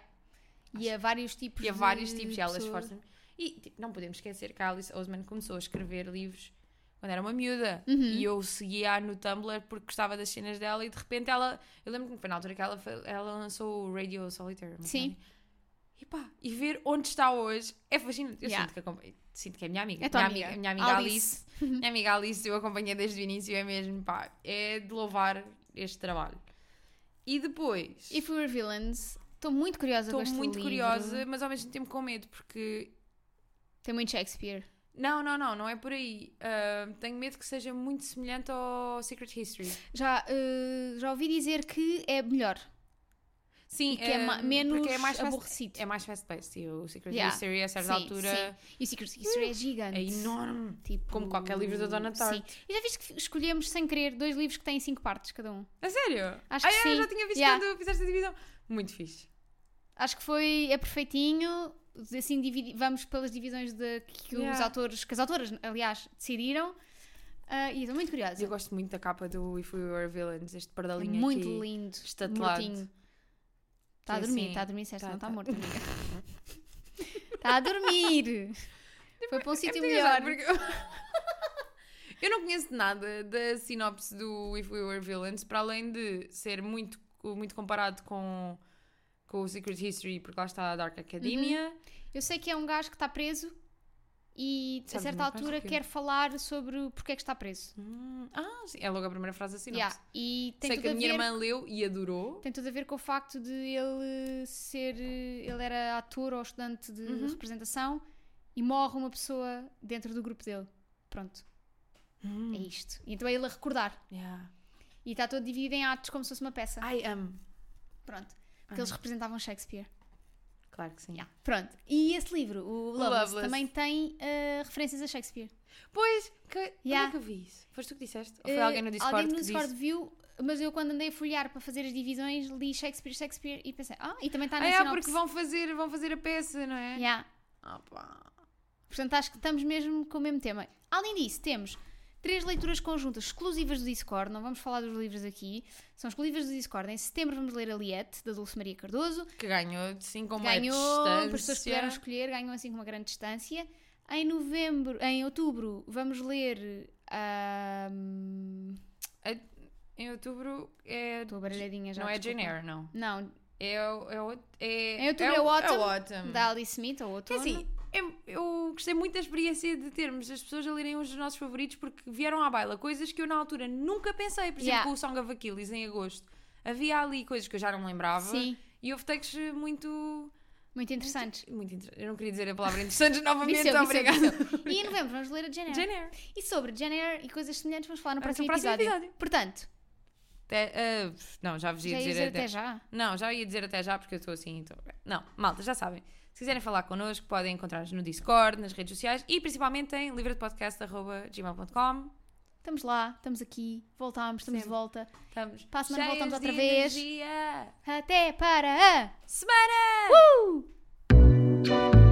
E a vários tipos E a de vários tipos, e ela pessoas. esforça-me. E tipo, não podemos esquecer que a Alice Oseman começou a escrever livros quando era uma miúda. Uhum. E eu seguia-a no Tumblr porque gostava das cenas dela e de repente ela... Eu lembro que foi na altura que ela, fe- ela lançou o Radio Solitaire. uma Sim. coisa assim. E pá, e ver onde está hoje é fascinante. Eu Yeah. sinto, que acompanho, sinto que é a minha amiga. É tua minha amiga. Minha amiga Alice. Alice. minha amiga Alice, eu acompanhei desde o início, é mesmo, pá, é de louvar este trabalho. E depois... If We Were Villains, estou muito curiosa com Estou este muito livro. curiosa, mas ao mesmo tempo com medo, porque... Tem muito Shakespeare. Não, não, não, não é por aí. Ah, tenho medo que seja muito semelhante ao Secret History. Já, uh, já ouvi dizer que é melhor. Sim, E que é ma- ah, menos porque é mais fast, aborrecido. é mais fast-paced. E o Secret Yeah. History, a certa Sim, altura, sim. E o Secret History é gigante. é enorme. Tipo... Como qualquer livro da Donna Tartt. Sim. E já viste que escolhemos sem querer dois livros que têm cinco partes cada um? A sério? Acho ah, que é, sim. eu já tinha visto Yeah. quando fizeste a divisão. Muito fixe. Acho que foi... É perfeitinho. Assim, dividi- vamos pelas divisões de, que os Yeah. autores... Que as autoras, aliás, decidiram. Ah, e estou muito curiosa. Eu gosto muito da capa do If We Were Villains. Este É pardalinho muito aqui. lindo. estatelado. Mortinho. Está a Que dormir, assim- está a dormir, certo? tá, não está tá. morto, amiga. Está a dormir. Foi para um sítio muito melhor. engraçado, porque eu não conheço nada da sinopse do If We Were Villains, para além de ser muito, muito comparado com, com o Secret History, porque lá está a Dark Academia. Eu sei que é um gajo que está preso e a Sabes certa muito mais altura do que eu. quer falar sobre porque é que está preso. Hum, ah, sim, é logo a primeira frase da sinopse. Yeah. E tem Sei tudo que a a minha ver, irmã leu e adorou. tem tudo a ver com o facto de ele ser... Ele era ator ou estudante de Uhum. representação e morre uma pessoa dentro do grupo dele. Pronto, Hum, é isto. E então é ele a recordar. yeah. E está todo dividido em atos como se fosse uma peça. Ai, amo. Pronto. Porque eles representavam Shakespeare. Claro que sim. Yeah. Pronto. E esse livro, o Loveless, Loveless. também tem uh, referências a Shakespeare. Pois, que, onde Yeah. é que eu vi isso? Foste tu que disseste? Ou foi Uh, alguém no Discord alguém no que Discord disse? viu, mas eu quando andei a folhear para fazer as divisões, li Shakespeare, Shakespeare e pensei, ah, e também está na Ah, é, sinopse. porque vão fazer, vão fazer a peça, não é? Yeah. Ah, pá. Portanto, acho que estamos mesmo com o mesmo tema. Além disso, temos Três leituras conjuntas exclusivas do Discord, não vamos falar dos livros aqui, são exclusivas do Discord. Em setembro vamos ler a Liette, da Dulce Maria Cardoso. Que ganhou assim com uma ganhou, distância. As pessoas puderam escolher, ganhou assim com uma grande distância. Em novembro, em outubro, vamos ler... Um... Em outubro é... Estou baralhadinha já, Não é desculpa. Jane Eyre, não. Não. É o... É o é, em outubro é, é o o- Autumn, é o Autumn. da Alice Smith, ou outono. É assim, eu, eu gostei muito da experiência de termos as pessoas a lerem os nossos favoritos porque vieram à baila coisas que eu na altura nunca pensei. Por exemplo, Yeah. com o Song of Achilles em agosto. Havia ali coisas que eu já não me lembrava. Sim, E houve takes muito... muito interessantes. Muito inter... Eu não queria dizer a palavra interessantes novamente, Viseu, viseu, obrigada. viseu. E em novembro vamos ler a Jane Eyre. Jane Eyre. E sobre Jane Eyre e coisas semelhantes vamos falar no Vamos próximo, no próximo episódio. episódio. Portanto, Até, ah, não, já vos ia já ia dizer, dizer até já. Não, já ia dizer até já porque eu estou assim. Tô... Não, malta, já sabem. Se quiserem falar connosco, podem encontrar-nos no Discord, nas redes sociais e principalmente em livredepodcast arroba gmail ponto com. Estamos lá, estamos aqui, voltámos, estamos Sempre. de volta. Estamos Para a semana cheias voltamos outra de vez. energia. Até para a Semana! uh!